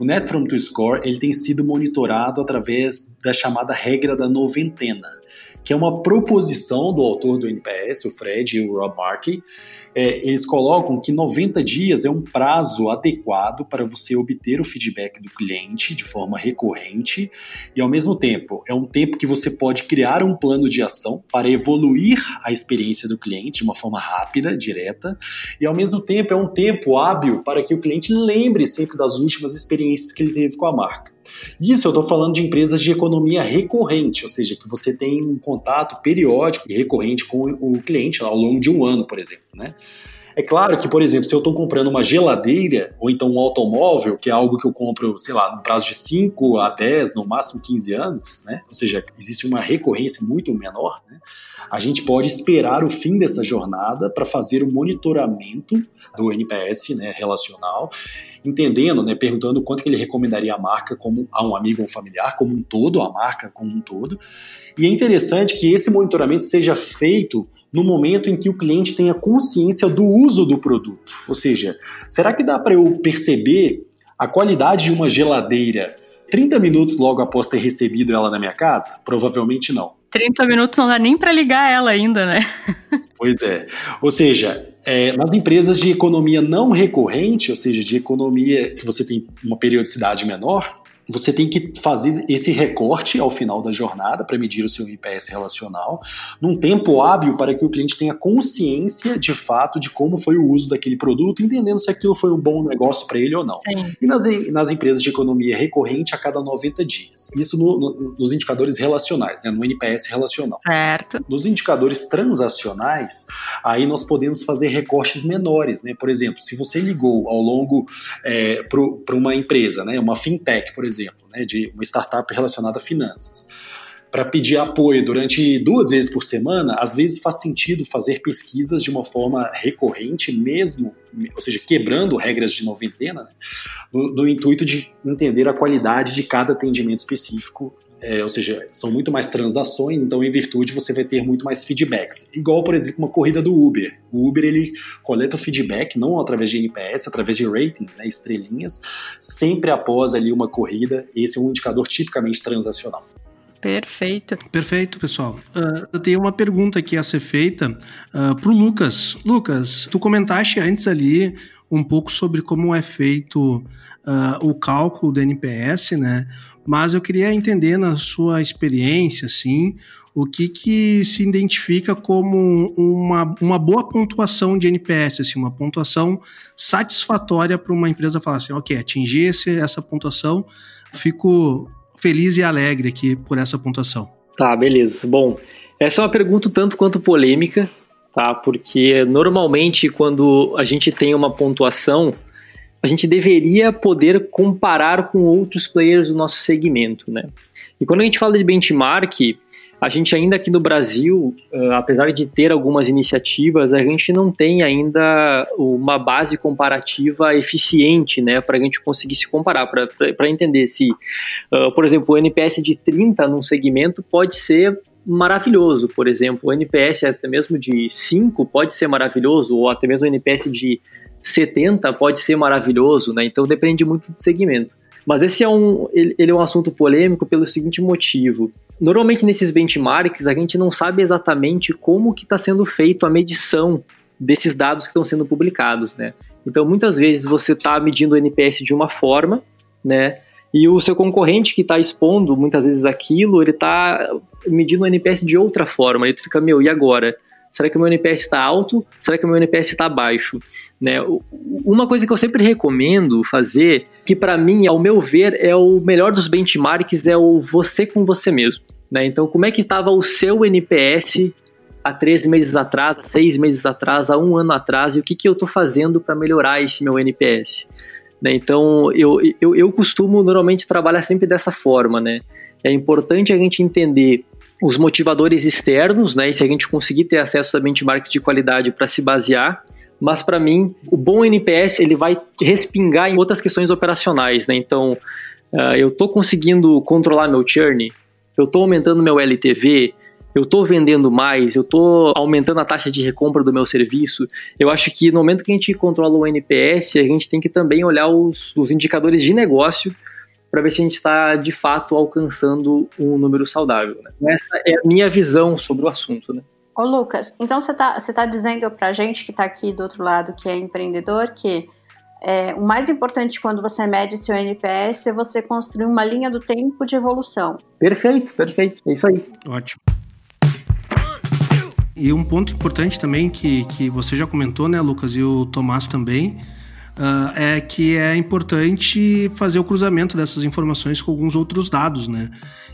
O Net Promoter Score ele tem sido monitorado através da chamada regra da noventena, que é uma proposição do autor do N P S, o Fred e o Rob Markey. É, eles colocam que noventa dias é um prazo adequado para você obter o feedback do cliente de forma recorrente e, ao mesmo tempo, é um tempo que você pode criar um plano de ação para evoluir a experiência do cliente de uma forma rápida, direta, e, ao mesmo tempo, é um tempo hábil para que o cliente lembre sempre das últimas experiências que ele teve com a marca. Isso eu estou falando de empresas de economia recorrente, ou seja, que você tem um contato periódico e recorrente com o cliente ao longo de um ano, por exemplo, né? É claro que, por exemplo, se eu estou comprando uma geladeira ou então um automóvel, que é algo que eu compro, sei lá, no prazo de cinco a dez, no máximo quinze anos, né? Ou seja, existe uma recorrência muito menor, né? A gente pode esperar o fim dessa jornada para fazer o monitoramento do N P S, né, relacional, entendendo, né, perguntando quanto que ele recomendaria a marca como a um amigo ou um familiar, como um todo, a marca como um todo. E é interessante que esse monitoramento seja feito no momento em que o cliente tenha consciência do uso do produto. Ou seja, será que dá para eu perceber a qualidade de uma geladeira trinta minutos logo após ter recebido ela na minha casa? Provavelmente não. trinta minutos não dá nem para ligar ela ainda, né? Pois é. Ou seja, é, nas empresas de economia não recorrente, ou seja, de economia que você tem uma periodicidade menor, você tem que fazer esse recorte ao final da jornada para medir o seu N P S relacional num tempo hábil para que o cliente tenha consciência de fato de como foi o uso daquele produto, entendendo se aquilo foi um bom negócio para ele ou não. Sim. E nas, nas empresas de economia recorrente a cada noventa dias. Isso no, no, nos indicadores relacionais, né, no N P S relacional. Certo. Nos indicadores transacionais, aí nós podemos fazer recortes menores, né? Por exemplo, se você ligou ao longo é, para uma empresa, né, uma fintech, por exemplo, exemplo, né, de uma startup relacionada a finanças, para pedir apoio durante duas vezes por semana, às vezes faz sentido fazer pesquisas de uma forma recorrente mesmo, ou seja, quebrando regras de noventena, né, no, no intuito de entender a qualidade de cada atendimento específico. É, ou seja, são muito mais transações, então em virtude você vai ter muito mais feedbacks. Igual, por exemplo, uma corrida do Uber. O Uber, ele coleta o feedback, não através de N P S, através de ratings, né, estrelinhas, sempre após ali uma corrida. Esse é um indicador tipicamente transacional. Perfeito. Perfeito, pessoal. Uh, eu tenho uma pergunta aqui a ser feita uh, para o Lucas. Lucas, tu comentaste antes ali um pouco sobre como é feito uh, o cálculo do N P S, né? Mas eu queria entender na sua experiência, assim, o que, que se identifica como uma, uma boa pontuação de N P S, assim, uma pontuação satisfatória para uma empresa falar assim, ok, atingir esse, essa pontuação, fico feliz e alegre aqui por essa pontuação. Tá, beleza. Bom, essa é uma pergunta tanto quanto polêmica, tá? Porque normalmente quando a gente tem uma pontuação, a gente deveria poder comparar com outros players do nosso segmento, né? E quando a gente fala de benchmark, a gente ainda aqui no Brasil, uh, apesar de ter algumas iniciativas, a gente não tem ainda uma base comparativa eficiente, né, para a gente conseguir se comparar, para entender se, uh, por exemplo, o N P S de trinta num segmento pode ser maravilhoso, por exemplo, o N P S até mesmo de cinco pode ser maravilhoso, ou até mesmo o N P S de setenta pode ser maravilhoso, né? Então depende muito do segmento. Mas esse é um, ele, ele é um assunto polêmico pelo seguinte motivo. Normalmente nesses benchmarks a gente não sabe exatamente como que está sendo feito a medição desses dados que estão sendo publicados, né? Então muitas vezes você está medindo o N P S de uma forma, né? E o seu concorrente que está expondo muitas vezes aquilo, ele está medindo o N P S de outra forma. Ele fica, meu, e agora? Será que o meu N P S está alto? Será que o meu N P S está baixo? Né? Uma coisa que eu sempre recomendo fazer, que para mim, ao meu ver, é o melhor dos benchmarks, é o você com você mesmo. Né? Então, como é que estava o seu N P S há três meses atrás, há seis meses atrás, há um ano atrás, e o que, que eu estou fazendo para melhorar esse meu N P S? Né? Então, eu, eu, eu costumo normalmente trabalhar sempre dessa forma. Né? É importante a gente entender os motivadores externos, né, e se a gente conseguir ter acesso a benchmarks de qualidade para se basear, mas para mim, o bom N P S ele vai respingar em outras questões operacionais, né, então uh, eu estou conseguindo controlar meu churn, eu estou aumentando meu L T V, eu estou vendendo mais, eu estou aumentando a taxa de recompra do meu serviço. Eu acho que no momento que a gente controla o N P S, a gente tem que também olhar os, os indicadores de negócio para ver se a gente está, de fato, alcançando um número saudável, né? Essa é a minha visão sobre o assunto, né? Ô Lucas, então você está você tá dizendo para a gente que está aqui do outro lado, que é empreendedor, que É, o mais importante quando você mede seu N P S é você construir uma linha do tempo de evolução. Perfeito, perfeito. É isso aí. Ótimo. E um ponto importante também que, que você já comentou, né, Lucas, e o Tomás também, uh, é que é importante fazer o cruzamento dessas informações com alguns outros dados, né?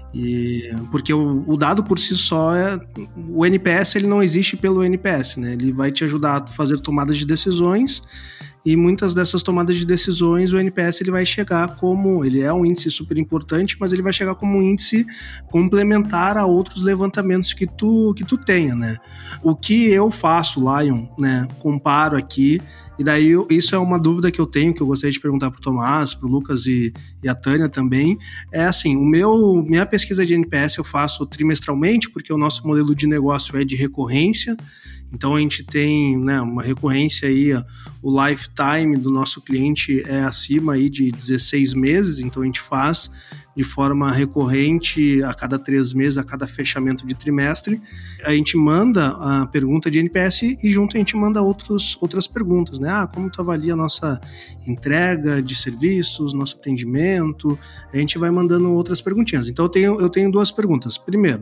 E, porque o, o dado por si só é... O N P S ele não existe pelo N P S, né? Ele vai te ajudar a fazer tomadas de decisões. E muitas dessas tomadas de decisões, o N P S ele vai chegar como... Ele é um índice super importante, mas ele vai chegar como um índice complementar a outros levantamentos que tu, que tu tenha, né? O que eu faço, Lion, né? Comparo aqui... E daí, isso é uma dúvida que eu tenho, que eu gostaria de perguntar para o Tomás, para o Lucas e, e a Tânia também. É assim, o meu, minha pesquisa de N P S eu faço trimestralmente, porque o nosso modelo de negócio é de recorrência. Então, a gente tem, né, uma recorrência aí, o lifetime do nosso cliente é acima aí de dezesseis meses, então a gente faz de forma recorrente a cada três meses, a cada fechamento de trimestre. A gente manda a pergunta de N P S e junto a gente manda outros, outras perguntas, né? Ah, como tu avalia a nossa entrega de serviços, nosso atendimento? A gente vai mandando outras perguntinhas. Então eu tenho, eu tenho duas perguntas. Primeiro,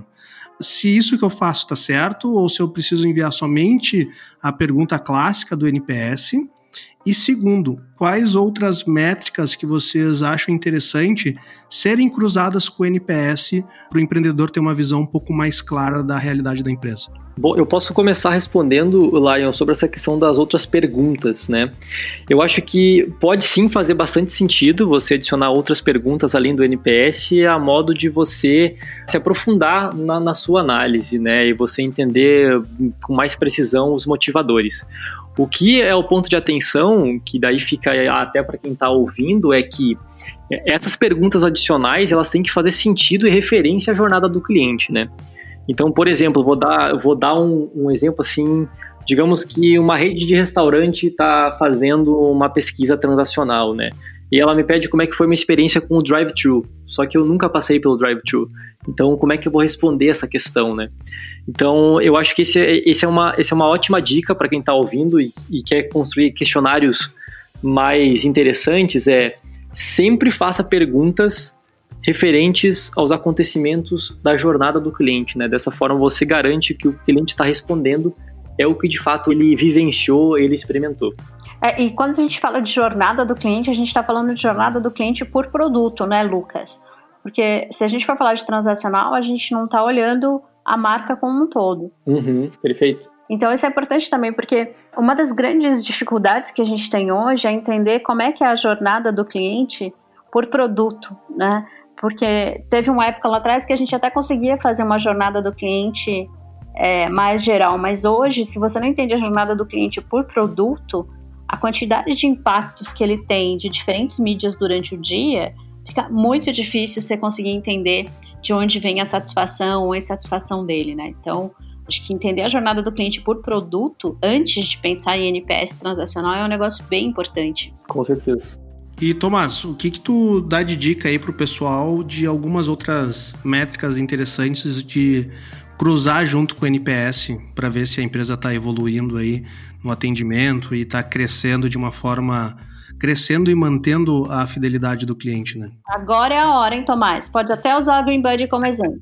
se isso que eu faço está certo ou se eu preciso enviar somente a pergunta clássica do N P S. E segundo, quais outras métricas que vocês acham interessante serem cruzadas com o N P S para o empreendedor ter uma visão um pouco mais clara da realidade da empresa? Bom, eu posso começar respondendo, Lion, sobre essa questão das outras perguntas, né? Eu acho que pode sim fazer bastante sentido você adicionar outras perguntas além do N P S a modo de você se aprofundar na, na sua análise, né? E você entender com mais precisão os motivadores. O que é o ponto de atenção, que daí fica até para quem está ouvindo, é que essas perguntas adicionais, elas têm que fazer sentido e referência à jornada do cliente, né? Então, por exemplo, vou dar, vou dar um, um exemplo assim, digamos que uma rede de restaurante está fazendo uma pesquisa transacional, né? E ela me pede como é que foi minha experiência com o drive-thru, só que eu nunca passei pelo drive-thru. Então, como é que eu vou responder essa questão, né? Então, eu acho que esse é, esse é, uma, esse é uma ótima dica para quem está ouvindo e, e quer construir questionários mais interessantes, é sempre faça perguntas referentes aos acontecimentos da jornada do cliente, né? Dessa forma, você garante que o cliente está respondendo é o que, de fato, ele vivenciou, ele experimentou. É, e quando a gente fala de jornada do cliente, a gente está falando de jornada do cliente por produto, né, Lucas? Porque se a gente for falar de transacional, a gente não está olhando a marca como um todo. Uhum, perfeito. Então isso é importante também, porque uma das grandes dificuldades que a gente tem hoje é entender como é que é a jornada do cliente por produto, né? Porque teve uma época lá atrás que a gente até conseguia fazer uma jornada do cliente é, mais geral, mas hoje, se você não entende a jornada do cliente por produto, a quantidade de impactos que ele tem de diferentes mídias durante o dia, fica muito difícil você conseguir entender de onde vem a satisfação ou a insatisfação dele, né? Então, acho que entender a jornada do cliente por produto, antes de pensar em N P S transacional, é um negócio bem importante. Com certeza. E, Tomás, o que que tu dá de dica aí pro pessoal de algumas outras métricas interessantes de cruzar junto com o N P S para ver se a empresa está evoluindo aí no atendimento e está crescendo de uma forma... crescendo e mantendo a fidelidade do cliente, né? Agora é a hora, hein, Tomás? Pode até usar a Green Buddy como exemplo.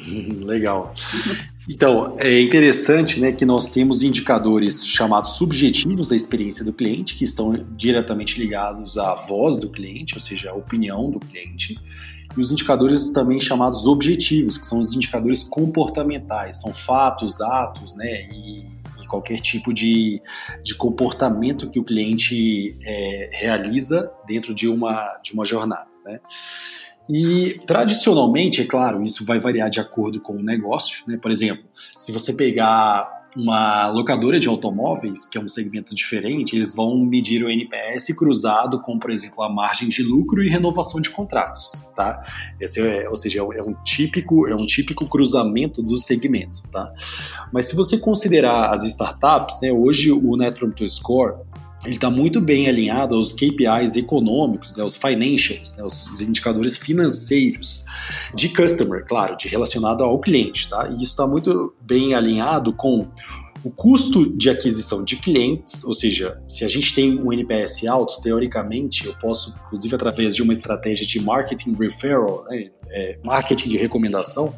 Legal. Então, é interessante, né, que nós temos indicadores chamados subjetivos da experiência do cliente, que estão diretamente ligados à voz do cliente, ou seja, à opinião do cliente, e os indicadores também chamados objetivos, que são os indicadores comportamentais, são fatos, atos, né, e qualquer tipo de, de comportamento que o cliente é, realiza dentro de uma, de uma jornada, né? E, tradicionalmente, é claro, isso vai variar de acordo com o negócio, né? Por exemplo, se você pegar uma locadora de automóveis, que é um segmento diferente, eles vão medir o N P S cruzado com, por exemplo, a margem de lucro e renovação de contratos, tá? Esse é, ou seja, é um típico, é um típico cruzamento do segmento, tá? Mas se você considerar as startups, né, hoje o Net Promoter Score ele está muito bem alinhado aos K P Is econômicos, né, os financials, né, os, os indicadores financeiros de customer, claro, de relacionado ao cliente, tá? E isso está muito bem alinhado com o custo de aquisição de clientes, ou seja, se a gente tem um N P S alto, teoricamente, eu posso, inclusive através de uma estratégia de marketing referral, né, é, marketing de recomendação,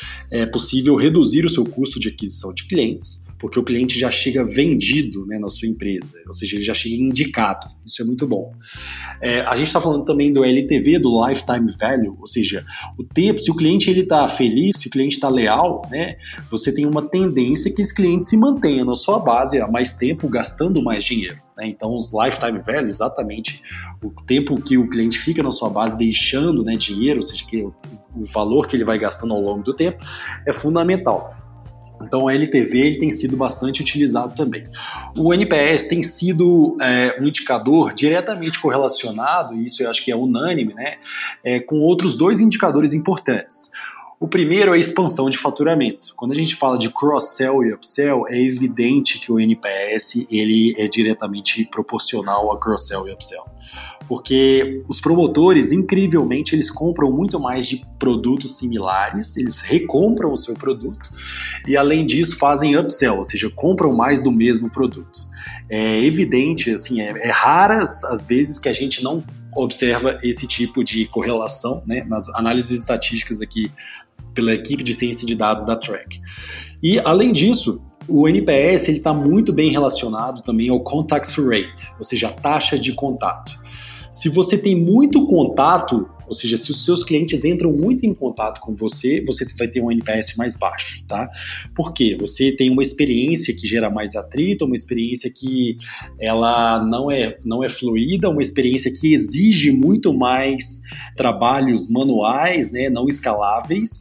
é possível reduzir o seu custo de aquisição de clientes, porque o cliente já chega vendido, né, na sua empresa, ou seja, ele já chega indicado. Isso é muito bom. É, a gente está falando também do L T V, do Lifetime Value, ou seja, o tempo, se o cliente está feliz, se o cliente está leal, né, você tem uma tendência que esse cliente se mantenha na sua base há mais tempo, gastando mais dinheiro. Né? Então, os Lifetime Value, exatamente o tempo que o cliente fica na sua base deixando, né, dinheiro, ou seja, que o, o valor que ele vai gastando ao longo do tempo, é fundamental. Então, o L T V ele tem sido bastante utilizado também. O N P S tem sido é, um indicador diretamente correlacionado, e isso eu acho que é unânime, né, é, com outros dois indicadores importantes. O primeiro é a expansão de faturamento. Quando a gente fala de cross-sell e upsell, é evidente que o N P S ele é diretamente proporcional a cross-sell e upsell. Porque os promotores, incrivelmente, eles compram muito mais de produtos similares, eles recompram o seu produto e, além disso, fazem upsell, ou seja, compram mais do mesmo produto. É evidente, assim, é, é raras as vezes que a gente não observa esse tipo de correlação, né, nas análises estatísticas aqui pela equipe de ciência de dados da Track. E, além disso, o N P S está muito bem relacionado também ao contact rate, ou seja, a taxa de contato. Se você tem muito contato, ou seja, se os seus clientes entram muito em contato com você, você vai ter um N P S mais baixo, tá? Por quê? Você tem uma experiência que gera mais atrito, uma experiência que ela não é, não é fluida, uma experiência que exige muito mais trabalhos manuais, né, não escaláveis.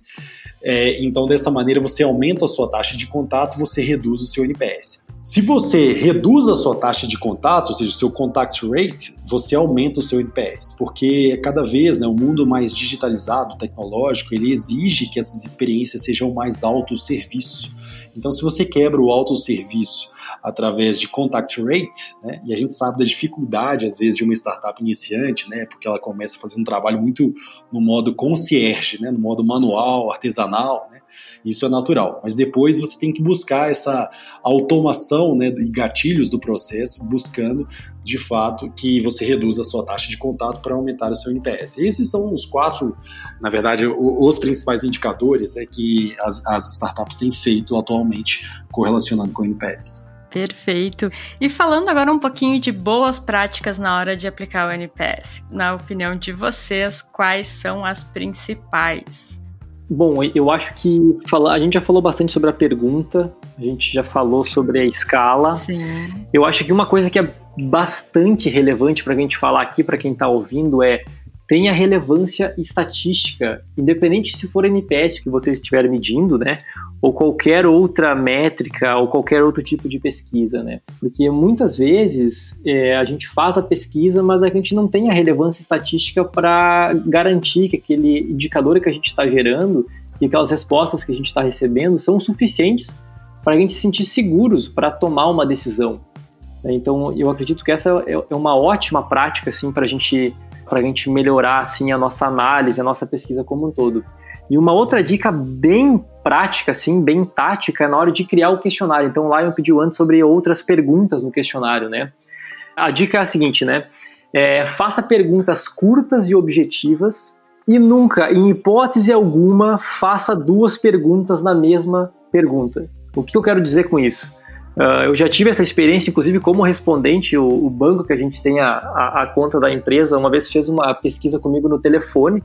É, então, dessa maneira, você aumenta a sua taxa de contato, você reduz o seu N P S. Se você reduz a sua taxa de contato, ou seja, o seu contact rate, você aumenta o seu N P S, porque cada vez, né, o mundo mais digitalizado, tecnológico, ele exige que essas experiências sejam mais autosserviço. Então, se você quebra o autosserviço através de contact rate, né, e a gente sabe da dificuldade, às vezes, de uma startup iniciante, né, porque ela começa a fazer um trabalho muito no modo concierge, né, no modo manual, artesanal, né, isso é natural. Mas depois você tem que buscar essa automação, né, e gatilhos do processo, buscando, de fato, que você reduza a sua taxa de contato para aumentar o seu N P S. Esses são os quatro, na verdade, os principais indicadores, né, que as, as startups têm feito atualmente correlacionando com o N P S. Perfeito. E falando agora um pouquinho de boas práticas na hora de aplicar o N P S. Na opinião de vocês, quais são as principais? Bom, eu acho que fala, a gente já falou bastante sobre a pergunta, a gente já falou sobre a escala. Sim. Eu acho que uma coisa que é bastante relevante para a gente falar aqui, para quem está ouvindo, é tem a relevância estatística, independente se for N P S que vocês estiverem medindo, né, ou qualquer outra métrica, ou qualquer outro tipo de pesquisa, né, porque muitas vezes é, a gente faz a pesquisa, mas a gente não tem a relevância estatística para garantir que aquele indicador que a gente está gerando e aquelas respostas que a gente está recebendo são suficientes para a gente se sentir seguros para tomar uma decisão. Então, eu acredito que essa é uma ótima prática, assim, para a gente para a gente melhorar assim, a nossa análise, a nossa pesquisa como um todo. E uma outra dica bem prática, assim, bem tática, é na hora de criar o questionário. Então, o Lion pediu antes sobre outras perguntas no questionário, né? A dica é a seguinte, né? É, faça perguntas curtas e objetivas e nunca, em hipótese alguma, faça duas perguntas na mesma pergunta. O que eu quero dizer com isso? Uh, eu já tive essa experiência, inclusive como respondente, o, o banco que a gente tem a, a, a conta da empresa, uma vez fez uma pesquisa comigo no telefone,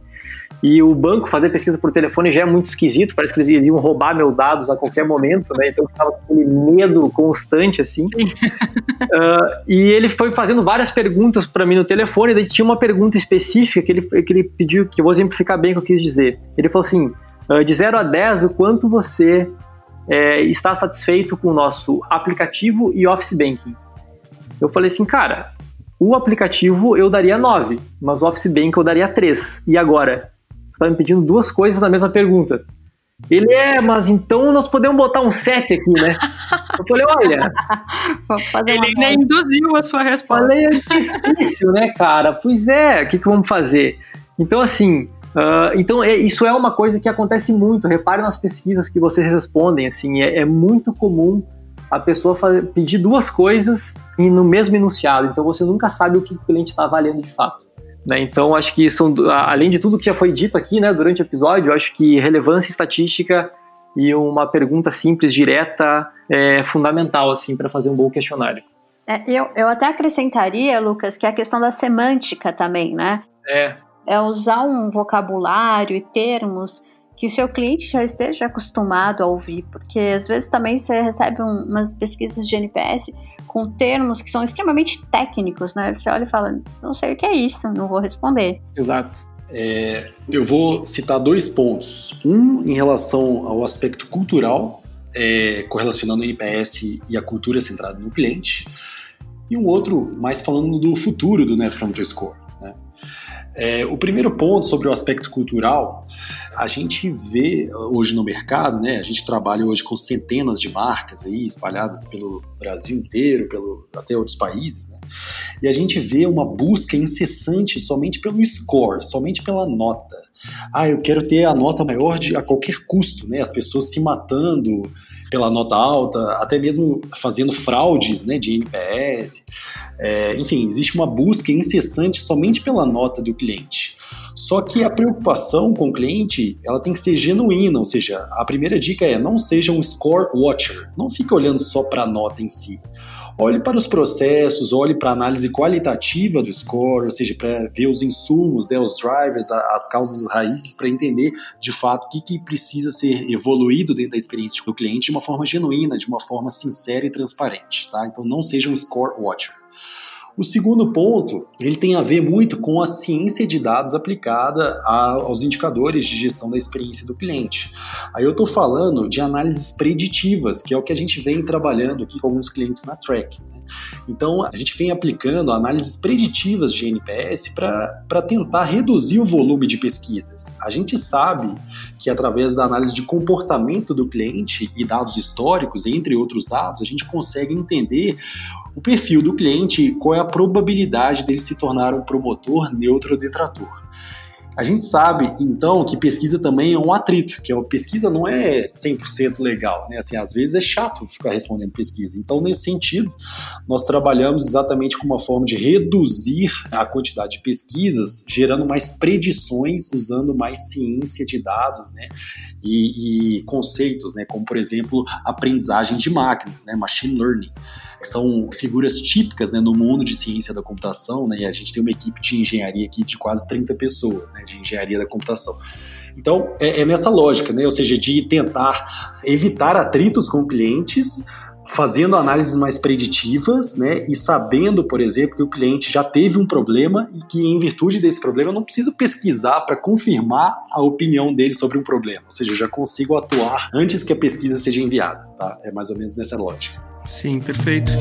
e o banco fazer pesquisa por telefone já é muito esquisito, parece que eles iriam roubar meus dados a qualquer momento, né? Então eu ficava com aquele medo constante, assim. uh, e ele foi fazendo várias perguntas para mim no telefone, e daí tinha uma pergunta específica que ele, que ele pediu, que eu vou exemplificar bem o que eu quis dizer. Ele falou assim, uh, de zero a dez, o quanto você... é, está satisfeito com o nosso aplicativo e Office Banking. Eu falei assim, cara, o aplicativo eu daria nove, mas o Office Banking eu daria três. E agora? Você está me pedindo duas coisas na mesma pergunta. Ele é, mas então nós podemos botar um sete aqui, né? Eu falei, olha... Ele nem induziu a sua resposta. Falei, é difícil, né, cara? Pois é, o que, que vamos fazer? Então, assim, uh, então é, isso é uma coisa que acontece muito. Repare nas pesquisas que vocês respondem, assim, é, é muito comum a pessoa fazer, pedir duas coisas no mesmo enunciado. Então, você nunca sabe o que o cliente está avaliando de fato. Né? Então, acho que são, além de tudo que já foi dito aqui, né, durante o episódio, acho que relevância estatística e uma pergunta simples, direta, é fundamental assim, para fazer um bom questionário. É, eu, eu até acrescentaria, Lucas, que é a questão da semântica também, né? É. É usar um vocabulário e termos que o seu cliente já esteja acostumado a ouvir, porque às vezes também você recebe um, umas pesquisas de N P S com termos que são extremamente técnicos, né? Você olha e fala, não sei o que é isso, não vou responder. Exato. É, eu vou citar dois pontos. Um em relação ao aspecto cultural, é, correlacionando o N P S e a cultura centrada no cliente, e um outro mais falando do futuro do Net Promoter Score. Né? É, o primeiro ponto sobre o aspecto cultural, a gente vê hoje no mercado, né, a gente trabalha hoje com centenas de marcas aí espalhadas pelo Brasil inteiro, pelo, até outros países, né, e a gente vê uma busca incessante somente pelo score, somente pela nota. Ah, eu quero ter a nota maior de, a qualquer custo, né, as pessoas se matando pela nota alta, até mesmo fazendo fraudes, né, de N P S. É, enfim, existe uma busca incessante somente pela nota do cliente. Só que a preocupação com o cliente, ela tem que ser genuína, ou seja, a primeira dica é não seja um score watcher, não fique olhando só para a nota em si. Olhe para os processos, olhe para a análise qualitativa do score, ou seja, para ver os insumos, né, os drivers, as causas raízes, para entender de fato o que, que precisa ser evoluído dentro da experiência do cliente de uma forma genuína, de uma forma sincera e transparente. Tá? Então não seja um score watcher. O segundo ponto, ele tem a ver muito com a ciência de dados aplicada a, aos indicadores de gestão da experiência do cliente. Aí eu estou falando de análises preditivas, que é o que a gente vem trabalhando aqui com alguns clientes na Track. Né? Então, a gente vem aplicando análises preditivas de N P S para tentar reduzir o volume de pesquisas. A gente sabe que através da análise de comportamento do cliente e dados históricos, entre outros dados, a gente consegue entender o perfil do cliente, qual é a probabilidade dele se tornar um promotor, neutro ou detrator. A gente sabe, então, que pesquisa também é um atrito, que a pesquisa não é cem por cento legal, né? Assim, às vezes é chato ficar respondendo pesquisa. Então, nesse sentido, nós trabalhamos exatamente com uma forma de reduzir a quantidade de pesquisas, gerando mais predições, usando mais ciência de dados, né? E, e conceitos, né? Como, por exemplo, aprendizagem de máquinas, né? Machine Learning, que são figuras típicas, né, no mundo de ciência da computação, né, e a gente tem uma equipe de engenharia aqui de quase trinta pessoas, né, de engenharia da computação. Então, é, é nessa lógica, né, ou seja, de tentar evitar atritos com clientes, fazendo análises mais preditivas, né, e sabendo, por exemplo, que o cliente já teve um problema e que, em virtude desse problema, eu não preciso pesquisar para confirmar a opinião dele sobre um problema, ou seja, eu já consigo atuar antes que a pesquisa seja enviada, tá? É mais ou menos nessa lógica. Sim, perfeito.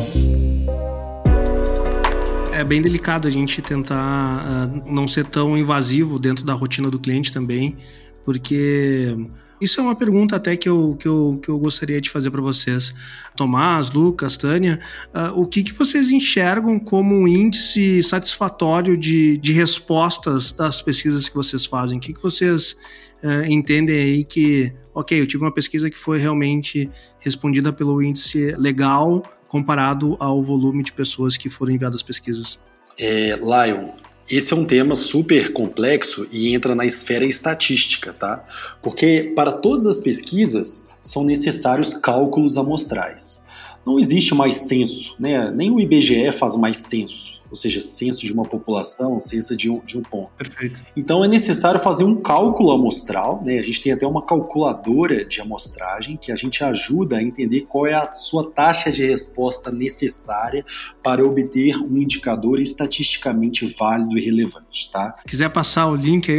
É bem delicado a gente tentar uh, não ser tão invasivo dentro da rotina do cliente também, porque isso é uma pergunta até que eu, que eu, que eu gostaria de fazer para vocês. Tomás, Lucas, Tânia, uh, o que, que vocês enxergam como um índice satisfatório de, de respostas das pesquisas que vocês fazem? O que, que vocês uh, entendem aí que, ok, eu tive uma pesquisa que foi realmente respondida pelo índice legal comparado ao volume de pessoas que foram enviadas pesquisas? É, Lion, esse é um tema super complexo e entra na esfera estatística, tá? Porque para todas as pesquisas são necessários cálculos amostrais. Não existe mais censo, né? Nem o I B G E faz mais censo, ou seja, censo de uma população, censo de um, de um ponto. Perfeito. Então é necessário fazer um cálculo amostral, né? A gente tem até uma calculadora de amostragem que a gente ajuda a entender qual é a sua taxa de resposta necessária para obter um indicador estatisticamente válido e relevante, tá? Se quiser passar o link aí, eu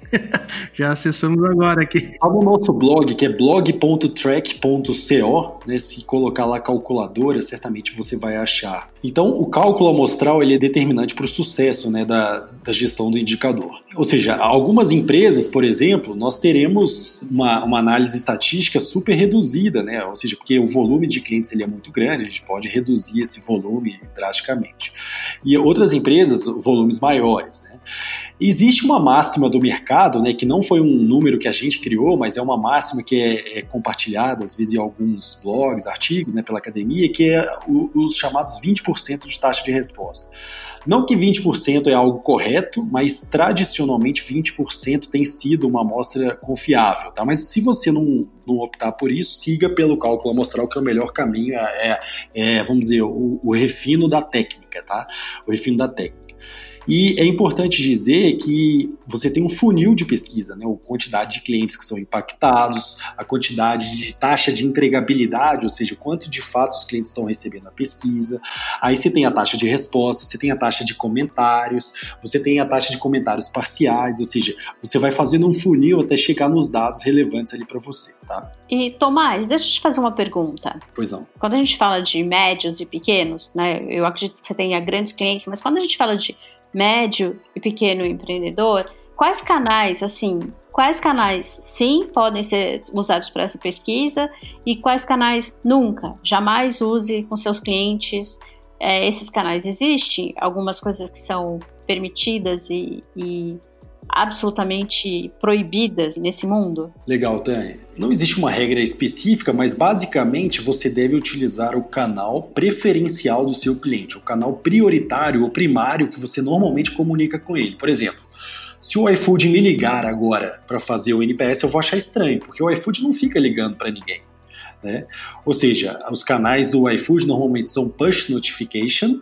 Já acessamos agora aqui. Tá no nosso blog, que é blog ponto track ponto co, né? Se colocar lá calculadora, certamente você vai achar. Então, o cálculo amostral ele é determinante para o sucesso, né, da, da gestão do indicador. Ou seja, algumas empresas, por exemplo, nós teremos uma, uma análise estatística super reduzida, né? Ou seja, porque o volume de clientes ele é muito grande, a gente pode reduzir esse volume drasticamente. E outras empresas, volumes maiores, né? Existe uma máxima do mercado, né, que não foi um número que a gente criou, mas é uma máxima que é, é compartilhada, às vezes, em alguns blogs, artigos, né, pela academia, que é o, os chamados vinte por cento de taxa de resposta. Não que vinte por cento é algo correto, mas tradicionalmente vinte por cento tem sido uma amostra confiável, tá? Mas se você não, não optar por isso, siga pelo cálculo amostral, que é o melhor caminho, é, é vamos dizer, o, o refino da técnica, tá? O refino da técnica. E é importante dizer que você tem um funil de pesquisa, né? A quantidade de clientes que são impactados, a quantidade de taxa de entregabilidade, ou seja, quanto de fato os clientes estão recebendo a pesquisa. Aí você tem a taxa de resposta, você tem a taxa de comentários, você tem a taxa de comentários parciais, ou seja, você vai fazendo um funil até chegar nos dados relevantes ali para você, tá? E, Tomás, deixa eu te fazer uma pergunta. Pois não. Quando a gente fala de médios e pequenos, né? Eu acredito que você tenha grandes clientes, mas quando a gente fala de médio e pequeno empreendedor, quais canais, assim, quais canais sim podem ser usados para essa pesquisa e quais canais nunca, jamais use com seus clientes? É, esses canais existem? Algumas coisas que são permitidas e, e absolutamente proibidas nesse mundo? Legal, Tânia. Não existe uma regra específica, mas basicamente você deve utilizar o canal preferencial do seu cliente, o canal prioritário ou primário que você normalmente comunica com ele. Por exemplo, se o iFood me ligar agora para fazer o N P S, eu vou achar estranho, porque o iFood não fica ligando para ninguém, né? Ou seja, os canais do iFood normalmente são push notification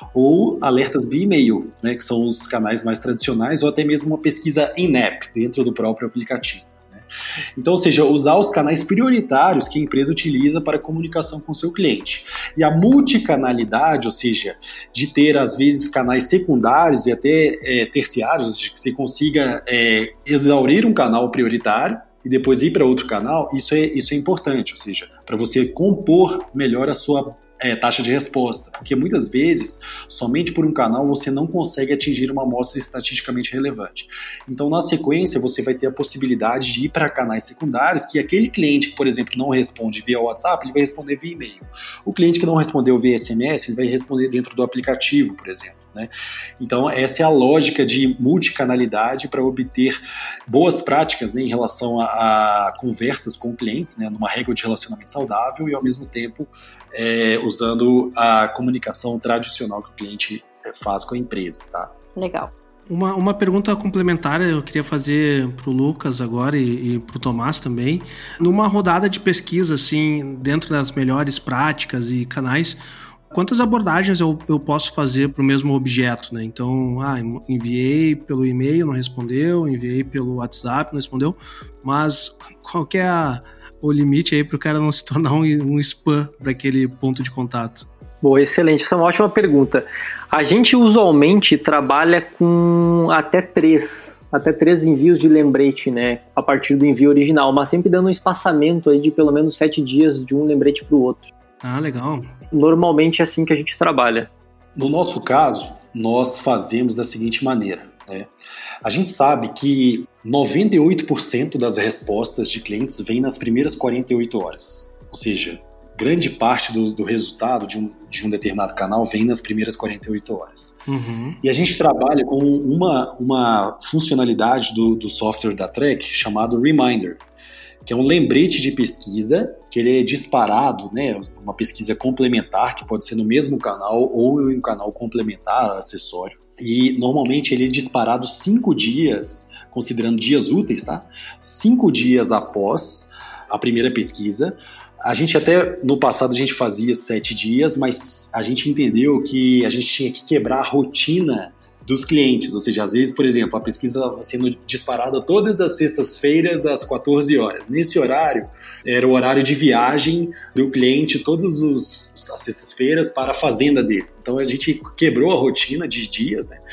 ou alertas via e-mail, né, que são os canais mais tradicionais, ou até mesmo uma pesquisa in-app dentro do próprio aplicativo, né? Então, ou seja, usar os canais prioritários que a empresa utiliza para comunicação com o seu cliente. E a multicanalidade, ou seja, de ter às vezes canais secundários e até é, terciários, ou seja, que você consiga é, exaurir um canal prioritário e depois ir para outro canal, isso é, isso é importante, ou seja, para você compor melhor a sua é, taxa de resposta, porque muitas vezes, somente por um canal, você não consegue atingir uma amostra estatisticamente relevante. Então, na sequência, você vai ter a possibilidade de ir para canais secundários, que aquele cliente que, por exemplo, não responde via WhatsApp, ele vai responder via e-mail. O cliente que não respondeu via S M S, ele vai responder dentro do aplicativo, por exemplo, né? Então, essa é a lógica de multicanalidade para obter boas práticas, né, em relação a, a conversas com clientes, né, numa régua de relacionamento saudável e, ao mesmo tempo, é, usando a comunicação tradicional que o cliente faz com a empresa, tá? Legal. Uma, uma pergunta complementar eu queria fazer para o Lucas agora e, e para o Tomás também. Numa rodada de pesquisa, assim, dentro das melhores práticas e canais, quantas abordagens eu, eu posso fazer para o mesmo objeto, né? Então, ah, enviei pelo e-mail, não respondeu, enviei pelo WhatsApp, não respondeu, mas qual que é a, o limite aí para o cara não se tornar um, um spam para aquele ponto de contato? Boa, excelente, essa é uma ótima pergunta. A gente usualmente trabalha com até três, até três envios de lembrete, né, a partir do envio original, mas sempre dando um espaçamento aí de pelo menos sete dias de um lembrete para o outro. Ah, legal. Normalmente é assim que a gente trabalha. No nosso caso, nós fazemos da seguinte maneira, né? A gente sabe que noventa e oito por cento das respostas de clientes vêm nas primeiras quarenta e oito horas. Ou seja, grande parte do, do resultado de um, de um determinado canal vem nas primeiras quarenta e oito horas. Uhum. E a gente trabalha com uma, uma funcionalidade do, do software da Track chamado Reminder, que é um lembrete de pesquisa, que ele é disparado, né, uma pesquisa complementar, que pode ser no mesmo canal ou em um canal complementar, acessório. E normalmente ele é disparado cinco dias, considerando dias úteis, tá? Cinco dias após a primeira pesquisa. A gente até, no passado, a gente fazia sete dias, mas a gente entendeu que a gente tinha que quebrar a rotina dos clientes, ou seja, às vezes, por exemplo, a pesquisa estava sendo disparada todas as sextas-feiras às quatorze horas. Nesse horário, era o horário de viagem do cliente todas as sextas-feiras para a fazenda dele. Então, a gente quebrou a rotina de dias, né?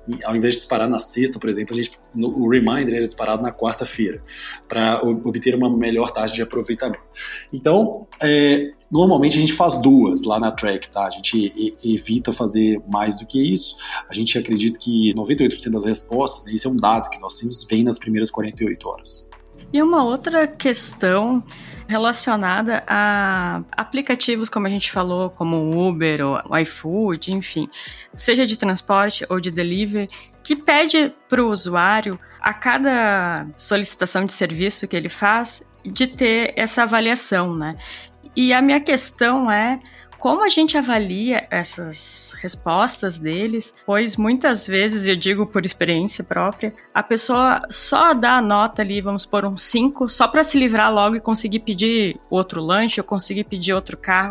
ao invés de disparar na sexta, por exemplo, a gente, no, o reminder era disparado na quarta-feira, para obter uma melhor taxa de aproveitamento. Então, é, normalmente a gente faz duas lá na track, tá? A gente e, evita fazer mais do que isso. A gente acredita que noventa e oito por cento das respostas, né, esse é um dado que nós temos, vem nas primeiras quarenta e oito horas. E uma outra questão relacionada a aplicativos, como a gente falou, como o Uber ou o iFood, enfim, seja de transporte ou de delivery, que pede para o usuário, a cada solicitação de serviço que ele faz, de ter essa avaliação, né? E a minha questão é como a gente avalia essas respostas deles, pois muitas vezes, eu digo por experiência própria, a pessoa só dá a nota ali, vamos pôr um cinco, só para se livrar logo e conseguir pedir outro lanche ou conseguir pedir outro carro.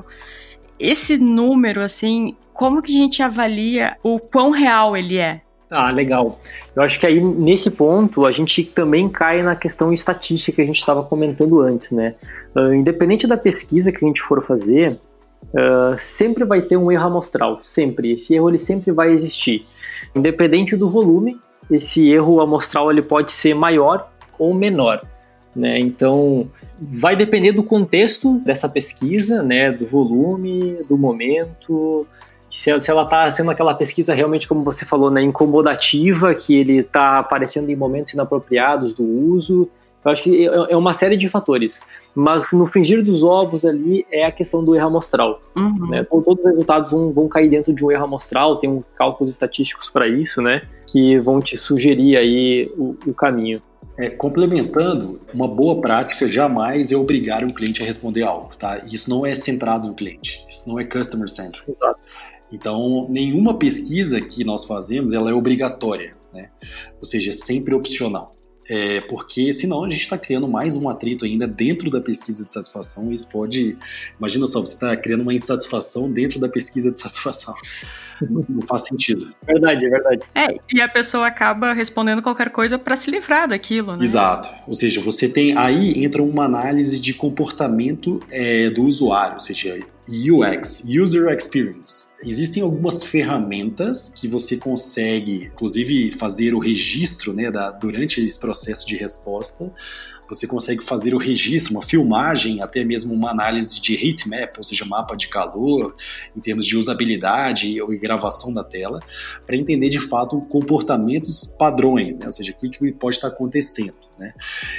Esse número, assim, como que a gente avalia o quão real ele é? Ah, legal. Eu acho que aí, nesse ponto, a gente também cai na questão estatística que a gente estava comentando antes, né? Uh, independente da pesquisa que a gente for fazer, Uh, sempre vai ter um erro amostral, sempre. Esse erro ele sempre vai existir. Independente do volume, esse erro amostral ele pode ser maior ou menor, né? Então, vai depender do contexto dessa pesquisa, né? Do volume, do momento, se, se ela está sendo aquela pesquisa realmente, como você falou, né? Incomodativa, que ele está aparecendo em momentos inapropriados do uso. Eu acho que é uma série de fatores. Mas no frigir dos ovos ali é a questão do erro amostral. Uhum. Né? Então, todos os resultados vão, vão cair dentro de um erro amostral, tem um cálculos estatísticos para isso, né? Que vão te sugerir aí o, o caminho. É, complementando, uma boa prática jamais é obrigar um cliente a responder algo, tá? Isso não é centrado no cliente, isso não é customer centric. Exato. Então, nenhuma pesquisa que nós fazemos, ela é obrigatória, né? Ou seja, é sempre opcional. É, porque senão a gente está criando mais um atrito ainda dentro da pesquisa de satisfação. Isso pode... Imagina só, você está criando uma insatisfação dentro da pesquisa de satisfação. Não, não faz sentido. Verdade, é verdade. É, e a pessoa acaba respondendo qualquer coisa para se livrar daquilo, né? Exato. Ou seja, você tem... Aí entra uma análise de comportamento é, do usuário, ou seja, U X, User Experience. Existem algumas ferramentas que você consegue, inclusive, fazer o registro, né, da, durante esse processo de resposta. Você consegue fazer o registro, uma filmagem, até mesmo uma análise de heat map, ou seja, mapa de calor, em termos de usabilidade e gravação da tela, para entender de fato comportamentos padrões, né? Ou seja, o que, que pode estar acontecendo, né?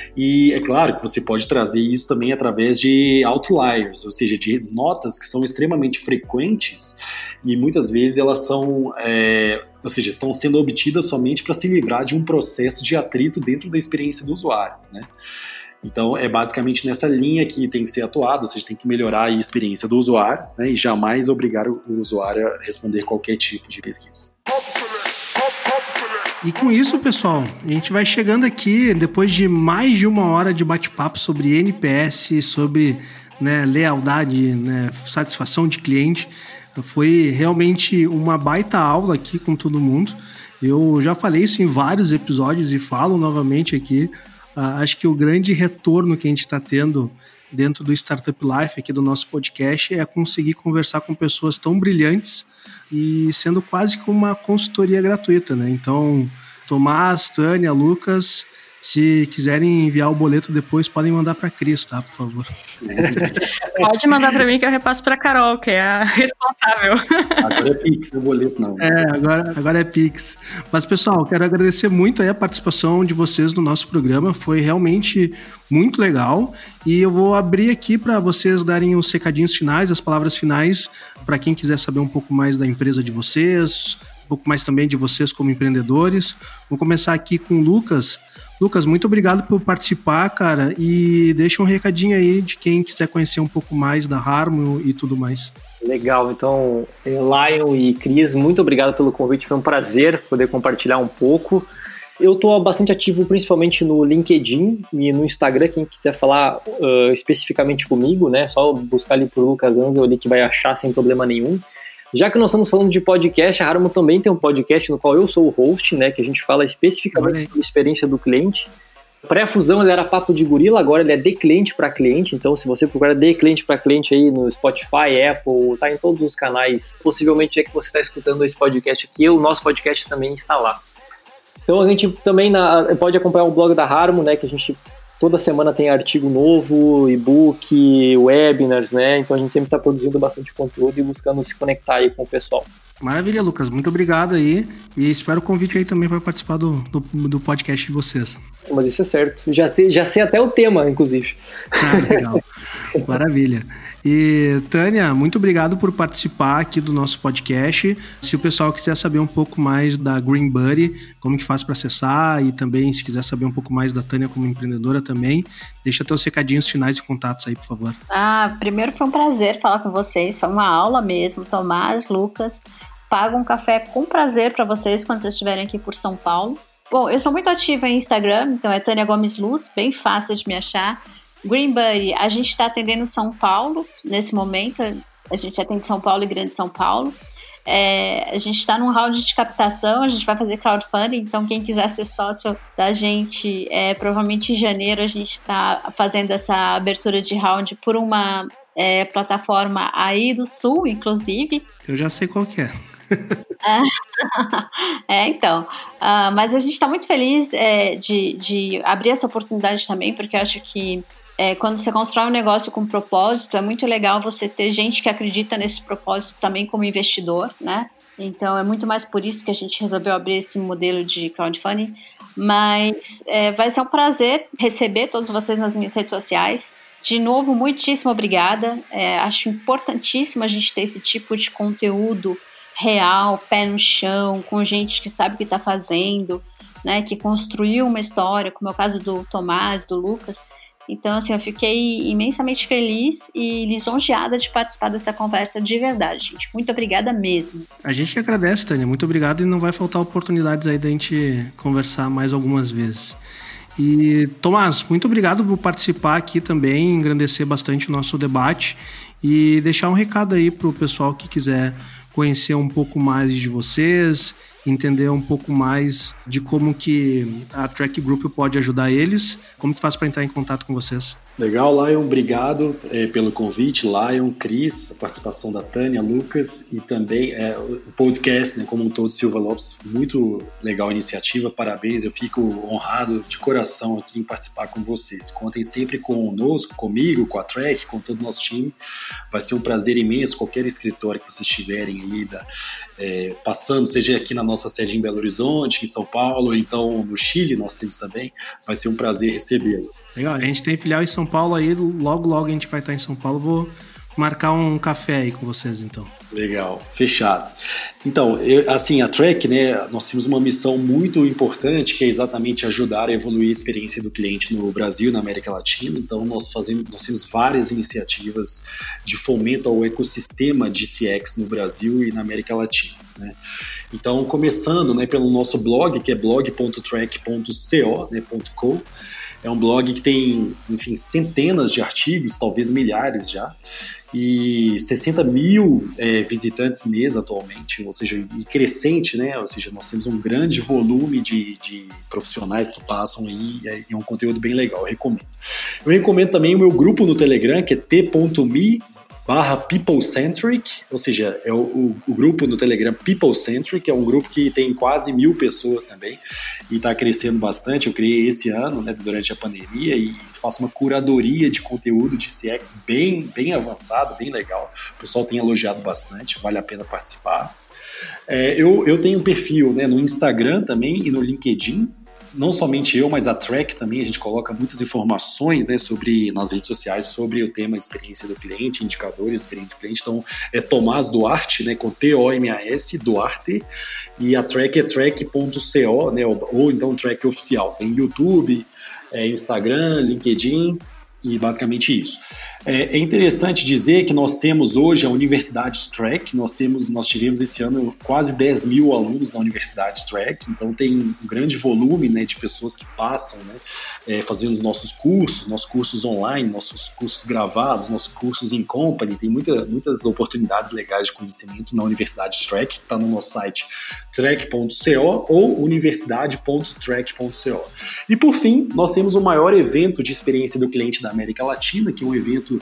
E é claro que você pode trazer isso também através de outliers, ou seja, de notas que são extremamente frequentes e muitas vezes elas são, é, ou seja, estão sendo obtidas somente para se livrar de um processo de atrito dentro da experiência do usuário, né? Então, é basicamente nessa linha que tem que ser atuado, ou seja, tem que melhorar a experiência do usuário, né, e jamais obrigar o usuário a responder qualquer tipo de pesquisa. E com isso, pessoal, a gente vai chegando aqui, depois de mais de uma hora de bate-papo sobre N P S, sobre, né, lealdade, né, satisfação de cliente. Foi realmente uma baita aula aqui com todo mundo. Eu já falei isso em vários episódios e falo novamente aqui. Uh, acho que o grande retorno que a gente está tendo dentro do Startup Life, aqui do nosso podcast, é conseguir conversar com pessoas tão brilhantes e sendo quase que uma consultoria gratuita, né? Então, Tomás, Tânia, Lucas, se quiserem enviar o boleto depois, podem mandar para a Cris, tá? Por favor. Pode mandar para mim que eu repasso para a Carol, que é a responsável. Agora é Pix, não é boleto não. É, agora, agora é Pix. Mas, pessoal, quero agradecer muito aí a participação de vocês no nosso programa. Foi realmente muito legal. E eu vou abrir aqui para vocês darem os recadinhos finais, as palavras finais, para quem quiser saber um pouco mais da empresa de vocês, um pouco mais também de vocês como empreendedores. Vou começar aqui com o Lucas. Lucas, muito obrigado por participar, cara, e deixa um recadinho aí de quem quiser conhecer um pouco mais da Harmon e tudo mais. Legal, então, Lion e Cris, muito obrigado pelo convite, foi um prazer poder compartilhar um pouco. Eu estou bastante ativo principalmente no LinkedIn e no Instagram, quem quiser falar uh, especificamente comigo, né, só buscar ali por Lucas Anzel ali que vai achar sem problema nenhum. Já que nós estamos falando de podcast, a Harmon também tem um podcast no qual eu sou o host, né, que a gente fala especificamente sobre a experiência do cliente. Pré-fusão ele era papo de gorila, agora ele é de cliente para cliente, então se você procurar de cliente para cliente aí no Spotify, Apple, tá em todos os canais, possivelmente é que você está escutando esse podcast aqui, o nosso podcast também está lá. Então a gente também na, pode acompanhar o blog da Harmo, né, que a gente toda semana tem artigo novo, e-book, webinars, né, então a gente sempre está produzindo bastante conteúdo e buscando se conectar aí com o pessoal. Maravilha, Lucas, muito obrigado aí e espero o convite aí também para participar do, do, do podcast de vocês. Mas isso é certo, já, te, já sei até o tema, inclusive. Ah, legal, maravilha. E, Tânia, muito obrigado por participar aqui do nosso podcast. Se o pessoal quiser saber um pouco mais da Green Buddy, como que faz para acessar e também se quiser saber um pouco mais da Tânia como empreendedora também, deixa teus recadinhos finais e contatos aí, por favor. Ah, primeiro foi um prazer falar com vocês, foi uma aula mesmo. Tomás, Lucas, pago um café com prazer para vocês quando vocês estiverem aqui por São Paulo. Bom, eu sou muito ativa em Instagram, então é Tânia Gomes Luz, bem fácil de me achar. Green Buddy, a gente está atendendo São Paulo nesse momento, a gente atende São Paulo e Grande São Paulo. É, a gente está num round de captação, a gente vai fazer crowdfunding, então quem quiser ser sócio da gente, é, provavelmente em janeiro a gente está fazendo essa abertura de round por uma é, plataforma aí do Sul, inclusive. Eu já sei qual que é. É, então, uh, mas a gente está muito feliz é, de, de abrir essa oportunidade também, porque eu acho que é, quando você constrói um negócio com propósito, é muito legal você ter gente que acredita nesse propósito também como investidor, né? Então é muito mais por isso que a gente resolveu abrir esse modelo de crowdfunding, mas é, vai ser um prazer receber todos vocês nas minhas redes sociais. De novo, muitíssimo obrigada, é, acho importantíssimo a gente ter esse tipo de conteúdo real, pé no chão, com gente que sabe o que está fazendo, né, que construiu uma história, como é o caso do Tomás, do Lucas. Então, assim, eu fiquei imensamente feliz e lisonjeada de participar dessa conversa de verdade, gente. Muito obrigada mesmo. A gente que agradece, Tânia. Muito obrigado e não vai faltar oportunidades aí da gente conversar mais algumas vezes. E, Tomás, muito obrigado por participar aqui também, engrandecer bastante o nosso debate e deixar um recado aí para o pessoal que quiser conhecer um pouco mais de vocês, entender um pouco mais de como que a Track Group pode ajudar eles. Como que faz para entrar em contato com vocês? Legal, Lion, obrigado é, pelo convite, Lion, Cris, a participação da Tânia, Lucas e também é, o podcast, né, como um todo, Silva Lopes, muito legal a iniciativa, parabéns, eu fico honrado de coração aqui em participar com vocês. Contem sempre conosco, comigo, com a Track, com todo o nosso time, vai ser um prazer imenso, qualquer escritório que vocês tiverem aí, da, é, passando, seja aqui na nossa sede em Belo Horizonte, em São Paulo, ou então no Chile, nós temos também, vai ser um prazer recebê-los. Legal, a gente tem filial em São Paulo aí, logo logo a gente vai estar em São Paulo, vou marcar um café aí com vocês então. Legal, fechado. Então, eu, assim, a Track, né, nós temos uma missão muito importante que é exatamente ajudar a evoluir a experiência do cliente no Brasil e na América Latina. Então, nós, fazemos, nós temos várias iniciativas de fomento ao ecossistema de C X no Brasil e na América Latina, né? Então, começando, né, pelo nosso blog, que é blog ponto track ponto co, né, .co. É um blog que tem, enfim, centenas de artigos, talvez milhares já, e sessenta mil é, visitantes mês atualmente, ou seja, e crescente, né? Ou seja, nós temos um grande volume de, de profissionais que passam aí e é um conteúdo bem legal, eu recomendo. Eu recomendo também o meu grupo no Telegram, que é t ponto me barra PeopleCentric, ou seja, é o, o, o grupo no Telegram PeopleCentric, é um grupo que tem quase mil pessoas também e está crescendo bastante. Eu criei esse ano, né, durante a pandemia, e faço uma curadoria de conteúdo de C X bem, bem avançado, bem legal. O pessoal tem elogiado bastante, vale a pena participar. É, eu, eu tenho um perfil, né, no Instagram também e no LinkedIn. Não somente eu, mas a Track também, a gente coloca muitas informações, né, sobre, nas redes sociais sobre o tema experiência do cliente, indicadores, experiência do cliente. Então, é Tomás Duarte, né, com T O M A S, Duarte, e a Track é track ponto co, né, ou, ou então Track Oficial. Tem YouTube, é, Instagram, LinkedIn e basicamente isso. É, é interessante dizer que nós temos hoje a Universidade Track, nós, temos, nós tivemos esse ano quase dez mil alunos na Universidade Track, então tem um grande volume, né, de pessoas que passam, né, é, fazendo os nossos cursos, nossos cursos online, nossos cursos gravados, nossos cursos em company, tem muita, muitas oportunidades legais de conhecimento na Universidade Track, que está no nosso site track ponto co ou universidade ponto track ponto co. E por fim, nós temos o maior evento de experiência do cliente da América Latina, que é um evento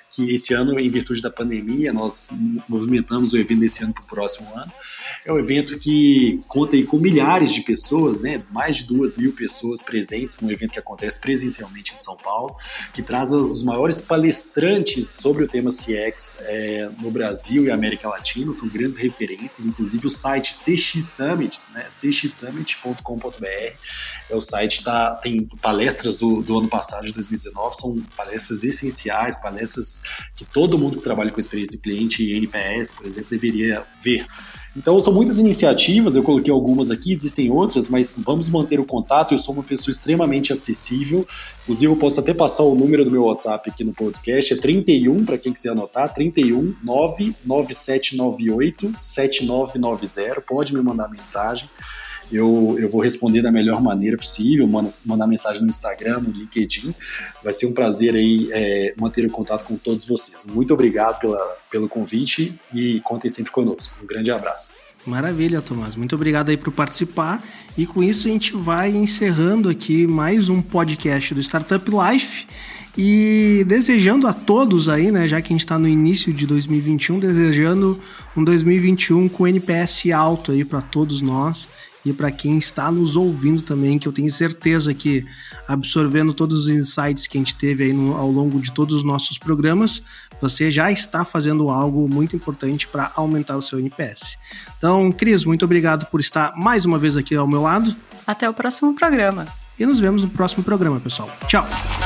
que esse ano, em virtude da pandemia, nós movimentamos o evento desse ano para o próximo ano. É um evento que conta aí com milhares de pessoas, né? Mais de duas mil pessoas presentes num evento que acontece presencialmente em São Paulo, que traz os maiores palestrantes sobre o tema C X é, no Brasil e América Latina, são grandes referências, inclusive o site C X Summit, né? c x summit ponto com ponto b r, é o site, tá, tem palestras do, do ano passado, de dois mil e dezenove, são palestras essenciais, palestras que todo mundo que trabalha com experiência do cliente e N P S, por exemplo, deveria ver. Então, são muitas iniciativas, eu coloquei algumas aqui, existem outras, mas vamos manter o contato, eu sou uma pessoa extremamente acessível, inclusive eu posso até passar o número do meu WhatsApp aqui no podcast, é trinta e um, para quem quiser anotar, trinta e um, nove nove sete nove oito, sete nove nove zero, pode me mandar mensagem, eu, eu vou responder da melhor maneira possível, manda, mandar mensagem no Instagram, no LinkedIn, vai ser um prazer aí é, manter o contato com todos vocês. Muito obrigado pela, pelo convite e contem sempre conosco. Um grande abraço. Maravilha, Tomás. Muito obrigado aí por participar. E com isso a gente vai encerrando aqui mais um podcast do Startup Life. E desejando a todos aí, né, já que a gente está no início de dois mil e vinte e um, desejando um dois mil e vinte e um com N P S alto aí para todos nós. E para quem está nos ouvindo também, que eu tenho certeza que absorvendo todos os insights que a gente teve aí no, ao longo de todos os nossos programas, você já está fazendo algo muito importante para aumentar o seu N P S. Então, Cris, muito obrigado por estar mais uma vez aqui ao meu lado. Até o próximo programa. E nos vemos no próximo programa, pessoal. Tchau!